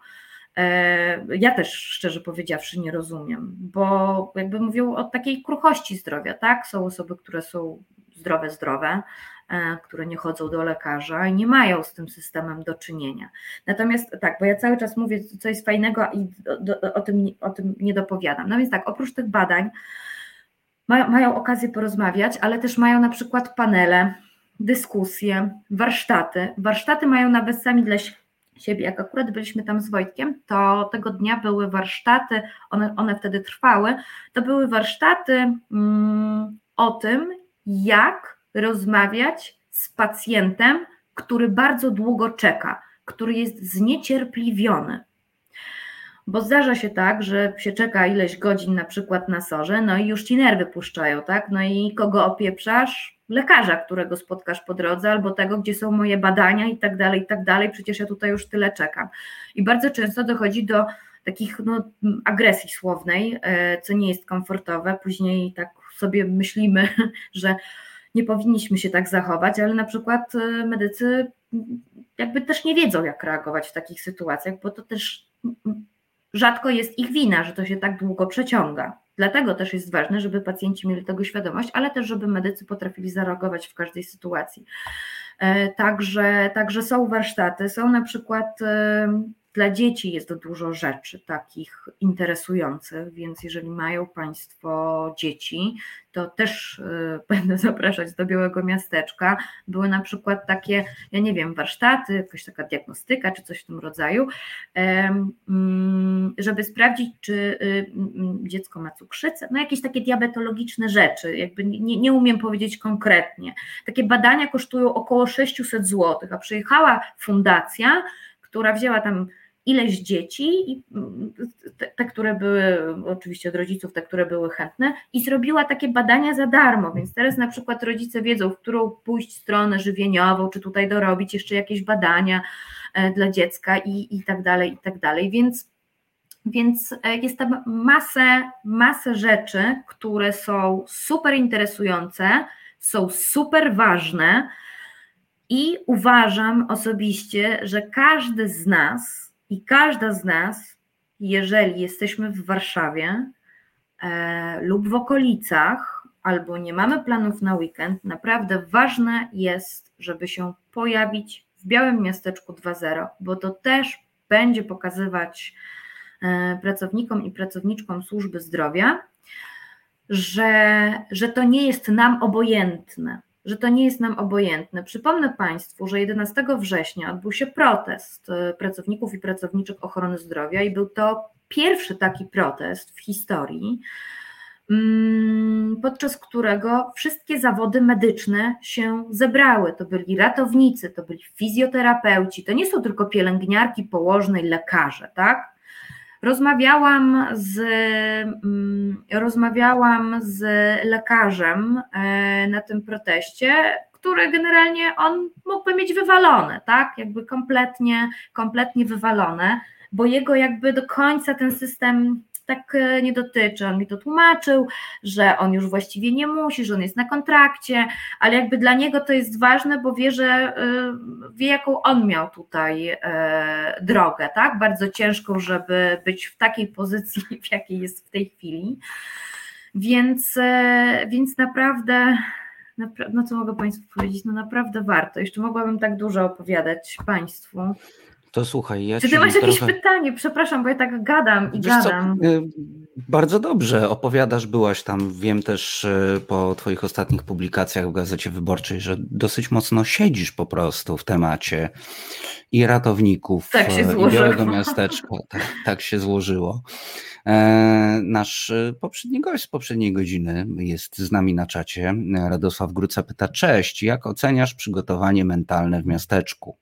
Yy, ja też szczerze powiedziawszy nie rozumiem, bo jakby mówią o takiej kruchości zdrowia, tak? Są osoby, które są zdrowe, zdrowe, yy, które nie chodzą do lekarza i nie mają z tym systemem do czynienia. Natomiast tak, bo ja cały czas mówię, co jest fajnego i do, do, o, tym, o tym nie dopowiadam. No więc tak, oprócz tych badań Mają, mają okazję porozmawiać, ale też mają na przykład panele, dyskusje, warsztaty. Warsztaty mają nawet sami dla siebie. Jak akurat byliśmy tam z Wojtkiem, to tego dnia były warsztaty, one, one wtedy trwały, to były warsztaty mm, o tym, jak rozmawiać z pacjentem, który bardzo długo czeka, który jest zniecierpliwiony. Bo zdarza się tak, że się czeka ileś godzin na przykład na sorze, no i już ci nerwy puszczają, tak? No i kogo opieprzasz? Lekarza, którego spotkasz po drodze, albo tego, gdzie są moje badania i tak dalej, i tak dalej, przecież ja tutaj już tyle czekam. I bardzo często dochodzi do takich no, agresji słownej, co nie jest komfortowe, później tak sobie myślimy, że nie powinniśmy się tak zachować, ale na przykład medycy jakby też nie wiedzą, jak reagować w takich sytuacjach, bo to też rzadko jest ich wina, że to się tak długo przeciąga. Dlatego też jest ważne, żeby pacjenci mieli tego świadomość, ale też, żeby medycy potrafili zareagować w każdej sytuacji. Także, także są warsztaty, są na przykład dla dzieci jest dużo rzeczy takich interesujących, więc jeżeli mają Państwo dzieci, to też będę zapraszać do Białego Miasteczka. Były na przykład takie, ja nie wiem, warsztaty, jakaś taka diagnostyka czy coś w tym rodzaju, żeby sprawdzić, czy dziecko ma cukrzycę, no jakieś takie diabetologiczne rzeczy, jakby nie, nie umiem powiedzieć konkretnie. Takie badania kosztują około sześćset złotych, a przyjechała fundacja, która wzięła tam ileś dzieci, i te, te, które były oczywiście od rodziców, te, które były chętne i zrobiła takie badania za darmo, więc teraz na przykład rodzice wiedzą, w którą pójść stronę żywieniową, czy tutaj dorobić jeszcze jakieś badania dla dziecka i, i tak dalej, i tak dalej, więc, więc jest tam masę, masę rzeczy, które są super interesujące, są super ważne i uważam osobiście, że każdy z nas i każda z nas, jeżeli jesteśmy w Warszawie e, lub w okolicach, albo nie mamy planów na weekend, naprawdę ważne jest, żeby się pojawić w Białym Miasteczku dwa zero, bo to też będzie pokazywać pracownikom i pracowniczkom służby zdrowia, że, że to nie jest nam obojętne, że to nie jest nam obojętne. Przypomnę Państwu, że jedenastego września odbył się protest pracowników i pracowniczek ochrony zdrowia i był to pierwszy taki protest w historii, podczas którego wszystkie zawody medyczne się zebrały. To byli ratownicy, to byli fizjoterapeuci, to nie są tylko pielęgniarki, położne i lekarze, tak? Rozmawiałam z, rozmawiałam z lekarzem na tym proteście, który generalnie on mógłby mieć wywalone, tak? Jakby kompletnie, kompletnie wywalone, bo jego jakby do końca ten system tak nie dotyczy. On mi to tłumaczył, że on już właściwie nie musi, że on jest na kontrakcie, ale jakby dla niego to jest ważne, bo wie, że wie, jaką on miał tutaj drogę, tak? Bardzo ciężką, żeby być w takiej pozycji, w jakiej jest w tej chwili. Więc, więc naprawdę, no co mogę Państwu powiedzieć, no naprawdę warto. Jeszcze mogłabym tak dużo opowiadać Państwu. To słuchaj, ja Czy ci ty masz jakieś trochę... pytanie? Przepraszam, bo ja tak gadam i Wiesz gadam. Co, bardzo dobrze opowiadasz, byłaś tam, wiem też po twoich ostatnich publikacjach w Gazecie Wyborczej, że dosyć mocno siedzisz po prostu w temacie i ratowników, tak się i Białego Miasteczka, tak, tak się złożyło. Nasz poprzedni gość z poprzedniej godziny jest z nami na czacie, Radosław Gruca pyta, cześć, jak oceniasz przygotowanie mentalne w miasteczku?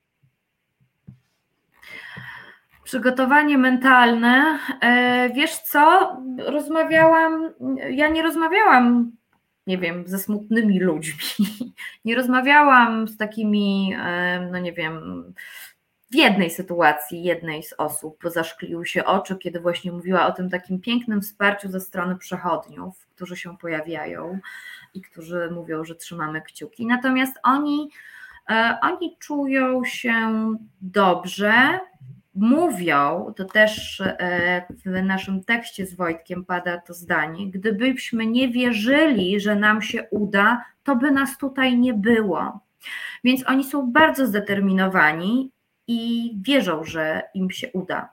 Przygotowanie mentalne, wiesz co, rozmawiałam, ja nie rozmawiałam, nie wiem, ze smutnymi ludźmi, nie rozmawiałam z takimi, no nie wiem, w jednej sytuacji, jednej z osób zaszkliły się oczy, kiedy właśnie mówiła o tym takim pięknym wsparciu ze strony przechodniów, którzy się pojawiają i którzy mówią, że trzymamy kciuki, natomiast oni, oni czują się dobrze. Mówią, to też w naszym tekście z Wojtkiem pada to zdanie, gdybyśmy nie wierzyli, że nam się uda, to by nas tutaj nie było. Więc oni są bardzo zdeterminowani i wierzą, że im się uda.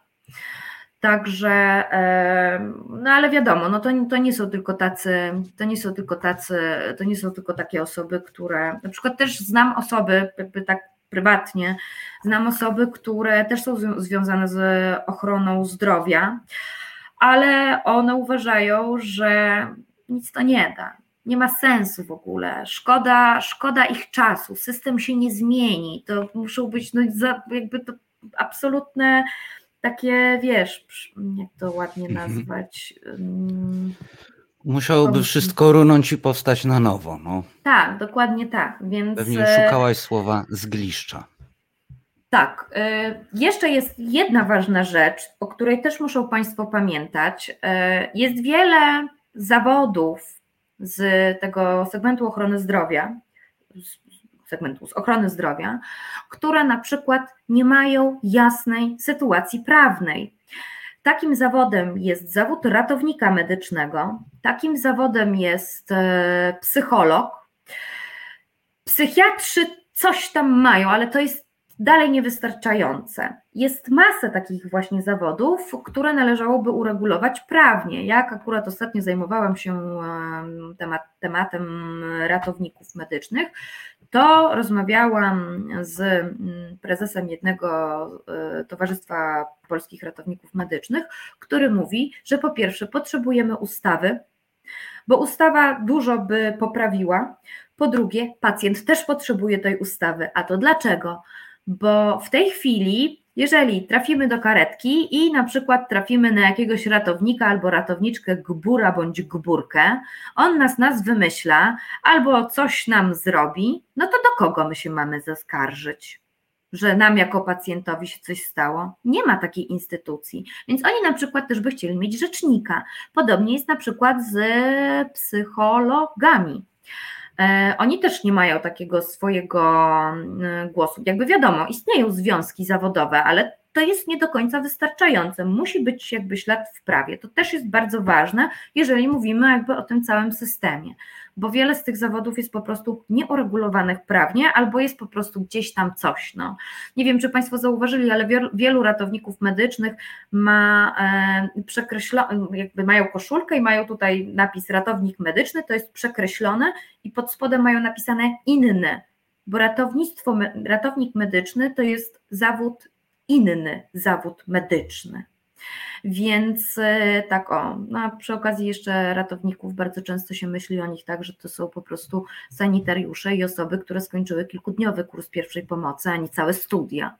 Także, no ale wiadomo, no to, to nie są tylko tacy, to nie są tylko tacy, to nie są tylko takie osoby, które, na przykład też znam osoby, jakby tak prywatnie, znam osoby, które też są związane z ochroną zdrowia, ale one uważają, że nic to nie da, nie ma sensu w ogóle, szkoda, szkoda ich czasu, system się nie zmieni, to muszą być no, jakby to absolutne takie, wiesz, jak to ładnie nazwać... Um, Musiałoby wszystko runąć i powstać na nowo. No. Tak, dokładnie tak. Więc... Pewnie szukałaś słowa zgliszcza. Tak. Jeszcze jest jedna ważna rzecz, o której też muszą Państwo pamiętać. Jest wiele zawodów z tego segmentu ochrony zdrowia, segmentu z ochrony zdrowia, które na przykład nie mają jasnej sytuacji prawnej. Takim zawodem jest zawód ratownika medycznego, takim zawodem jest psycholog. Psychiatrzy coś tam mają, ale to jest dalej niewystarczające. Jest masę takich właśnie zawodów, które należałoby uregulować prawnie. Jak akurat ostatnio zajmowałam się temat, tematem ratowników medycznych, to rozmawiałam z prezesem jednego Towarzystwa Polskich Ratowników Medycznych, który mówi, że po pierwsze potrzebujemy ustawy, bo ustawa dużo by poprawiła, po drugie pacjent też potrzebuje tej ustawy, a to dlaczego? Bo w tej chwili, jeżeli trafimy do karetki i na przykład trafimy na jakiegoś ratownika albo ratowniczkę gbura bądź gburkę, on nas nas wymyśla albo coś nam zrobi, no to do kogo my się mamy zaskarżyć? Że nam jako pacjentowi się coś stało? Nie ma takiej instytucji, więc oni na przykład też by chcieli mieć rzecznika. Podobnie jest na przykład z psychologami. Oni też nie mają takiego swojego głosu. Jakby wiadomo, istnieją związki zawodowe, ale to jest nie do końca wystarczające. Musi być jakby ślad w prawie. To też jest bardzo ważne, jeżeli mówimy jakby o tym całym systemie, bo wiele z tych zawodów jest po prostu nieuregulowanych prawnie albo jest po prostu gdzieś tam coś. No. Nie wiem, czy Państwo zauważyli, ale wielu ratowników medycznych ma e, przekreślone, jakby mają koszulkę i mają tutaj napis ratownik medyczny, to jest przekreślone i pod spodem mają napisane inny, bo ratownictwo, ratownik medyczny to jest zawód inny, zawód medyczny. Więc tak o, no a przy okazji jeszcze ratowników bardzo często się myśli o nich tak, że to są po prostu sanitariusze i osoby, które skończyły kilkudniowy kurs pierwszej pomocy, a nie całe studia.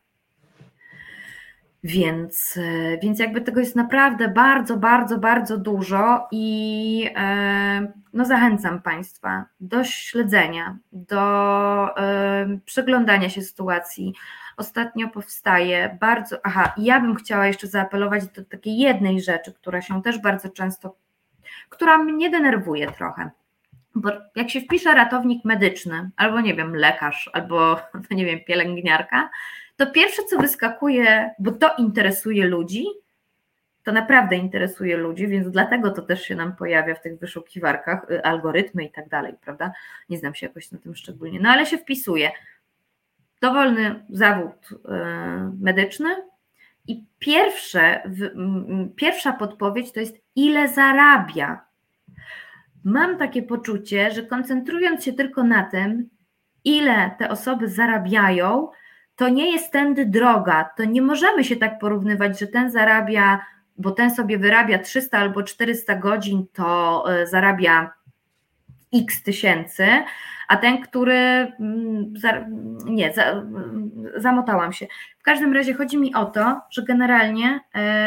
Więc, więc jakby tego jest naprawdę bardzo, bardzo, bardzo dużo i no zachęcam Państwa do śledzenia, do przyglądania się sytuacji. Ostatnio powstaje bardzo, aha, ja bym chciała jeszcze zaapelować do takiej jednej rzeczy, która się też bardzo często, która mnie denerwuje trochę, bo jak się wpisze ratownik medyczny, albo nie wiem, lekarz, albo no nie wiem, pielęgniarka, to pierwsze co wyskakuje, bo to interesuje ludzi, to naprawdę interesuje ludzi, więc dlatego to też się nam pojawia w tych wyszukiwarkach, algorytmy i tak dalej, prawda, nie znam się jakoś na tym szczególnie, no ale się wpisuje dowolny zawód medyczny i pierwsze, pierwsza podpowiedź to jest ile zarabia. Mam takie poczucie, że koncentrując się tylko na tym, ile te osoby zarabiają, to nie jest tędy droga, to nie możemy się tak porównywać, że ten zarabia, bo ten sobie wyrabia trzysta albo czterysta godzin, to zarabia x tysięcy, a ten, który, nie, zamotałam się. W każdym razie chodzi mi o to, że generalnie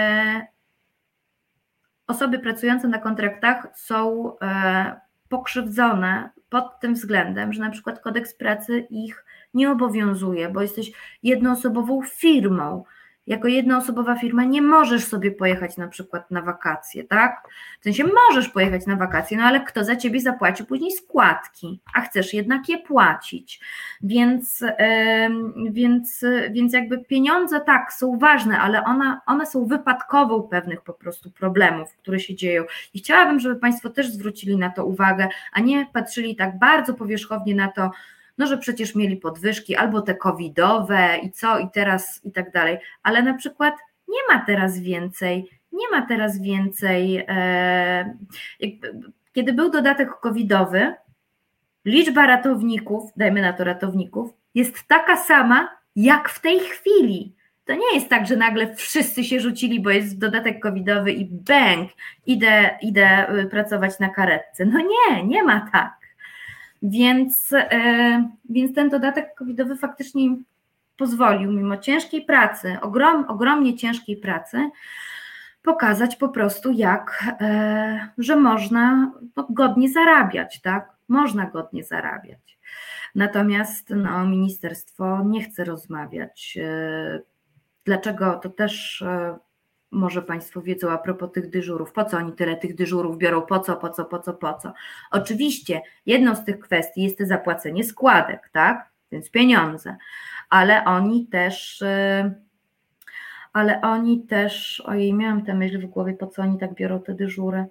osoby pracujące na kontraktach są pokrzywdzone pod tym względem, że na przykład kodeks pracy ich nie obowiązuje, bo jesteś jednoosobową firmą. Jako jednoosobowa firma nie możesz sobie pojechać na przykład na wakacje, tak? W sensie możesz pojechać na wakacje, no ale kto za ciebie zapłaci później składki, a chcesz jednak je płacić. Więc, yy, więc, więc jakby pieniądze tak są ważne, ale one, one są wypadkową pewnych po prostu problemów, które się dzieją. I chciałabym, żeby Państwo też zwrócili na to uwagę, a nie patrzyli tak bardzo powierzchownie na to, no, że przecież mieli podwyżki albo te covidowe i co i teraz i tak dalej, ale na przykład nie ma teraz więcej, nie ma teraz więcej, e, jakby, kiedy był dodatek covidowy, liczba ratowników, dajmy na to ratowników, jest taka sama jak w tej chwili. To nie jest tak, że nagle wszyscy się rzucili, bo jest dodatek covidowy i bang, idę, idę pracować na karetce. No nie, nie ma tak. Więc, yy, więc ten dodatek covidowy faktycznie im pozwolił mimo ciężkiej pracy, ogrom, ogromnie ciężkiej pracy, pokazać po prostu jak, yy, że można no, godnie zarabiać, tak? Można godnie zarabiać. Natomiast no, ministerstwo nie chce rozmawiać. Yy, dlaczego to też yy, może Państwo wiedzą a propos tych dyżurów, po co oni tyle tych dyżurów biorą, po co, po co, po co, po co. Oczywiście jedną z tych kwestii jest zapłacenie składek, tak, więc pieniądze, ale oni też, ale oni też, ojej, miałam tę myśl w głowie, po co oni tak biorą te dyżury.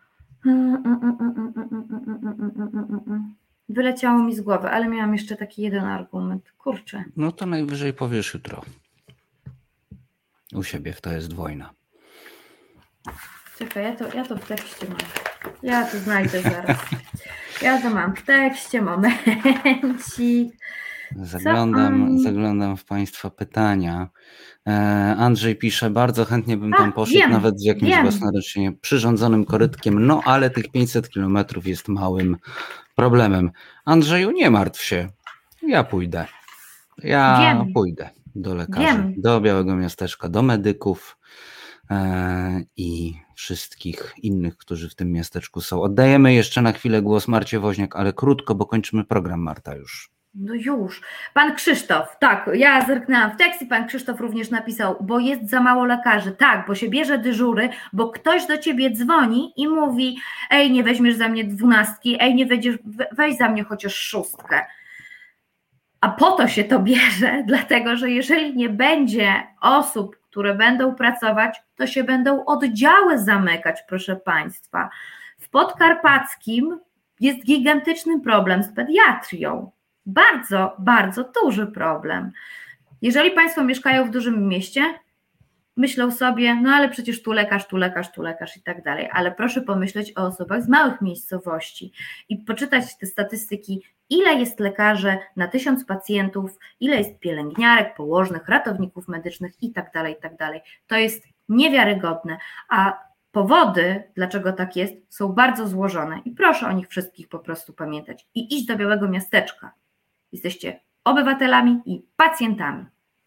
Wyleciało mi z głowy, ale miałam jeszcze taki jeden argument, kurczę. No to najwyżej powiesz jutro. U siebie w To jest wojna. Czekaj, ja to, ja to w tekście mam. Ja to znajdę zaraz. Ja to mam w tekście, momencik. Zaglądam, zaglądam w Państwa pytania. Andrzej pisze, bardzo chętnie bym A, tam poszedł, wiem, nawet z jakimś wiem. własnoręcznie przyrządzonym korytkiem, no ale tych pięćset kilometrów jest małym problemem. Andrzeju, nie martw się, ja pójdę. Ja Wiem. pójdę do lekarzy, Wiem. do Białego Miasteczka, do medyków e, i wszystkich innych, którzy w tym miasteczku są. Oddajemy jeszcze na chwilę głos Marcie Woźniak, ale krótko, bo kończymy program, Marta, już. No już. Pan Krzysztof, tak, ja zerknęłam w tekst i pan Krzysztof również napisał, bo jest za mało lekarzy. Tak, bo się bierze dyżury, bo ktoś do ciebie dzwoni i mówi, ej, nie weźmiesz za mnie dwunastki, ej, nie weźmiesz, weź za mnie chociaż szóstkę. A po to się to bierze, dlatego że jeżeli nie będzie osób, które będą pracować, to się będą oddziały zamykać, proszę Państwa. W Podkarpackim jest gigantyczny problem z pediatrią. Bardzo, bardzo duży problem. Jeżeli Państwo mieszkają w dużym mieście, myślą sobie, no ale przecież tu lekarz, tu lekarz, tu lekarz i tak dalej, ale proszę pomyśleć o osobach z małych miejscowości i poczytać te statystyki, ile jest lekarzy na tysiąc pacjentów, ile jest pielęgniarek, położnych, ratowników medycznych i tak dalej, i tak dalej. To jest niewiarygodne, a powody, dlaczego tak jest, są bardzo złożone i proszę o nich wszystkich po prostu pamiętać i iść do Białego Miasteczka. Jesteście obywatelami i pacjentami.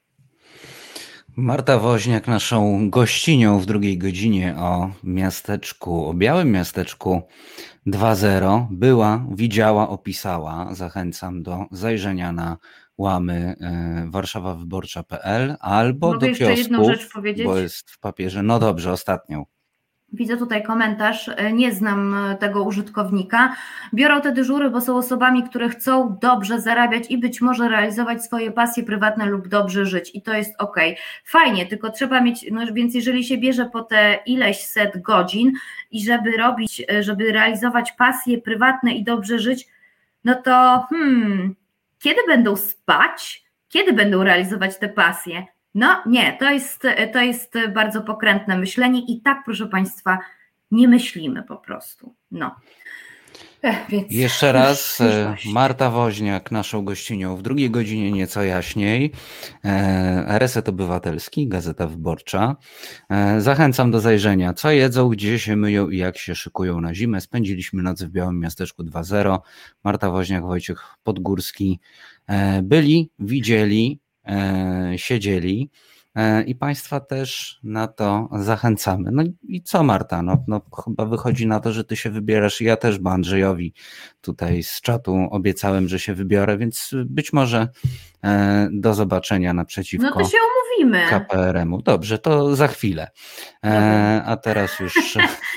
Marta Woźniak, naszą gościnią w drugiej godzinie o miasteczku, o Białym Miasteczku dwa zero, była, widziała, opisała. Zachęcam do zajrzenia na łamy warszawa wyborcza kropka p l albo Mogę do jeszcze kiosków, jedną rzecz powiedzieć? Bo jest w papierze. No dobrze, ostatnią. Widzę tutaj komentarz, nie znam tego użytkownika. Biorą te dyżury, bo są osobami, które chcą dobrze zarabiać i być może realizować swoje pasje prywatne lub dobrze żyć i to jest okej. Fajnie, tylko trzeba mieć, no więc jeżeli się bierze po te ileś set godzin i żeby robić, żeby realizować pasje prywatne i dobrze żyć, no to hmm, kiedy będą spać? Kiedy będą realizować te pasje? No nie, to jest, to jest bardzo pokrętne myślenie i tak, proszę Państwa, nie myślimy po prostu. No. Ech, więc Jeszcze raz już, już Marta Woźniak, naszą gościnią w drugiej godzinie nieco jaśniej. Reset Obywatelski, Gazeta Wyborcza. Zachęcam do zajrzenia, co jedzą, gdzie się myją i jak się szykują na zimę. Spędziliśmy noc w Białym Miasteczku dwa zero. Marta Woźniak, Wojciech Podgórski byli, widzieli, siedzieli i Państwa też na to zachęcamy. No i co, Marta? No, no chyba wychodzi na to, że Ty się wybierasz i ja też, bo Andrzejowi tutaj z czatu obiecałem, że się wybiorę, więc być może do zobaczenia naprzeciwko no to się umówimy. K P R M u. Dobrze, to za chwilę. A teraz już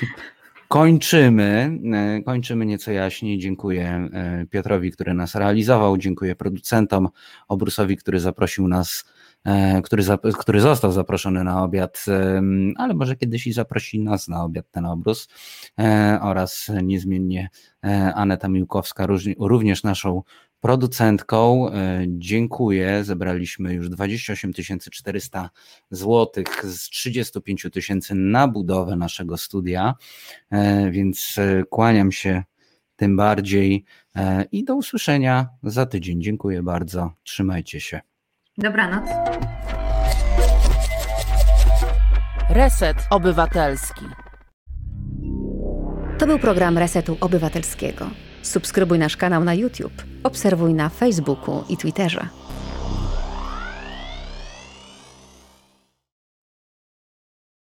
kończymy. Kończymy nieco jaśniej. Dziękuję Piotrowi, który nas realizował. Dziękuję producentom, Obrusowi, który zaprosił nas, który, który został zaproszony na obiad, ale może kiedyś i zaprosi nas na obiad ten Obrus, oraz niezmiennie Aneta Miłkowska, również naszą producentką. Dziękuję. Zebraliśmy już dwadzieścia osiem tysięcy czterysta złotych z trzydzieści pięć tysięcy na budowę naszego studia, więc kłaniam się tym bardziej i do usłyszenia za tydzień. Dziękuję bardzo. Trzymajcie się. Dobranoc. Reset Obywatelski. To był program Resetu Obywatelskiego. Subskrybuj nasz kanał na YouTube, obserwuj na Facebooku i Twitterze.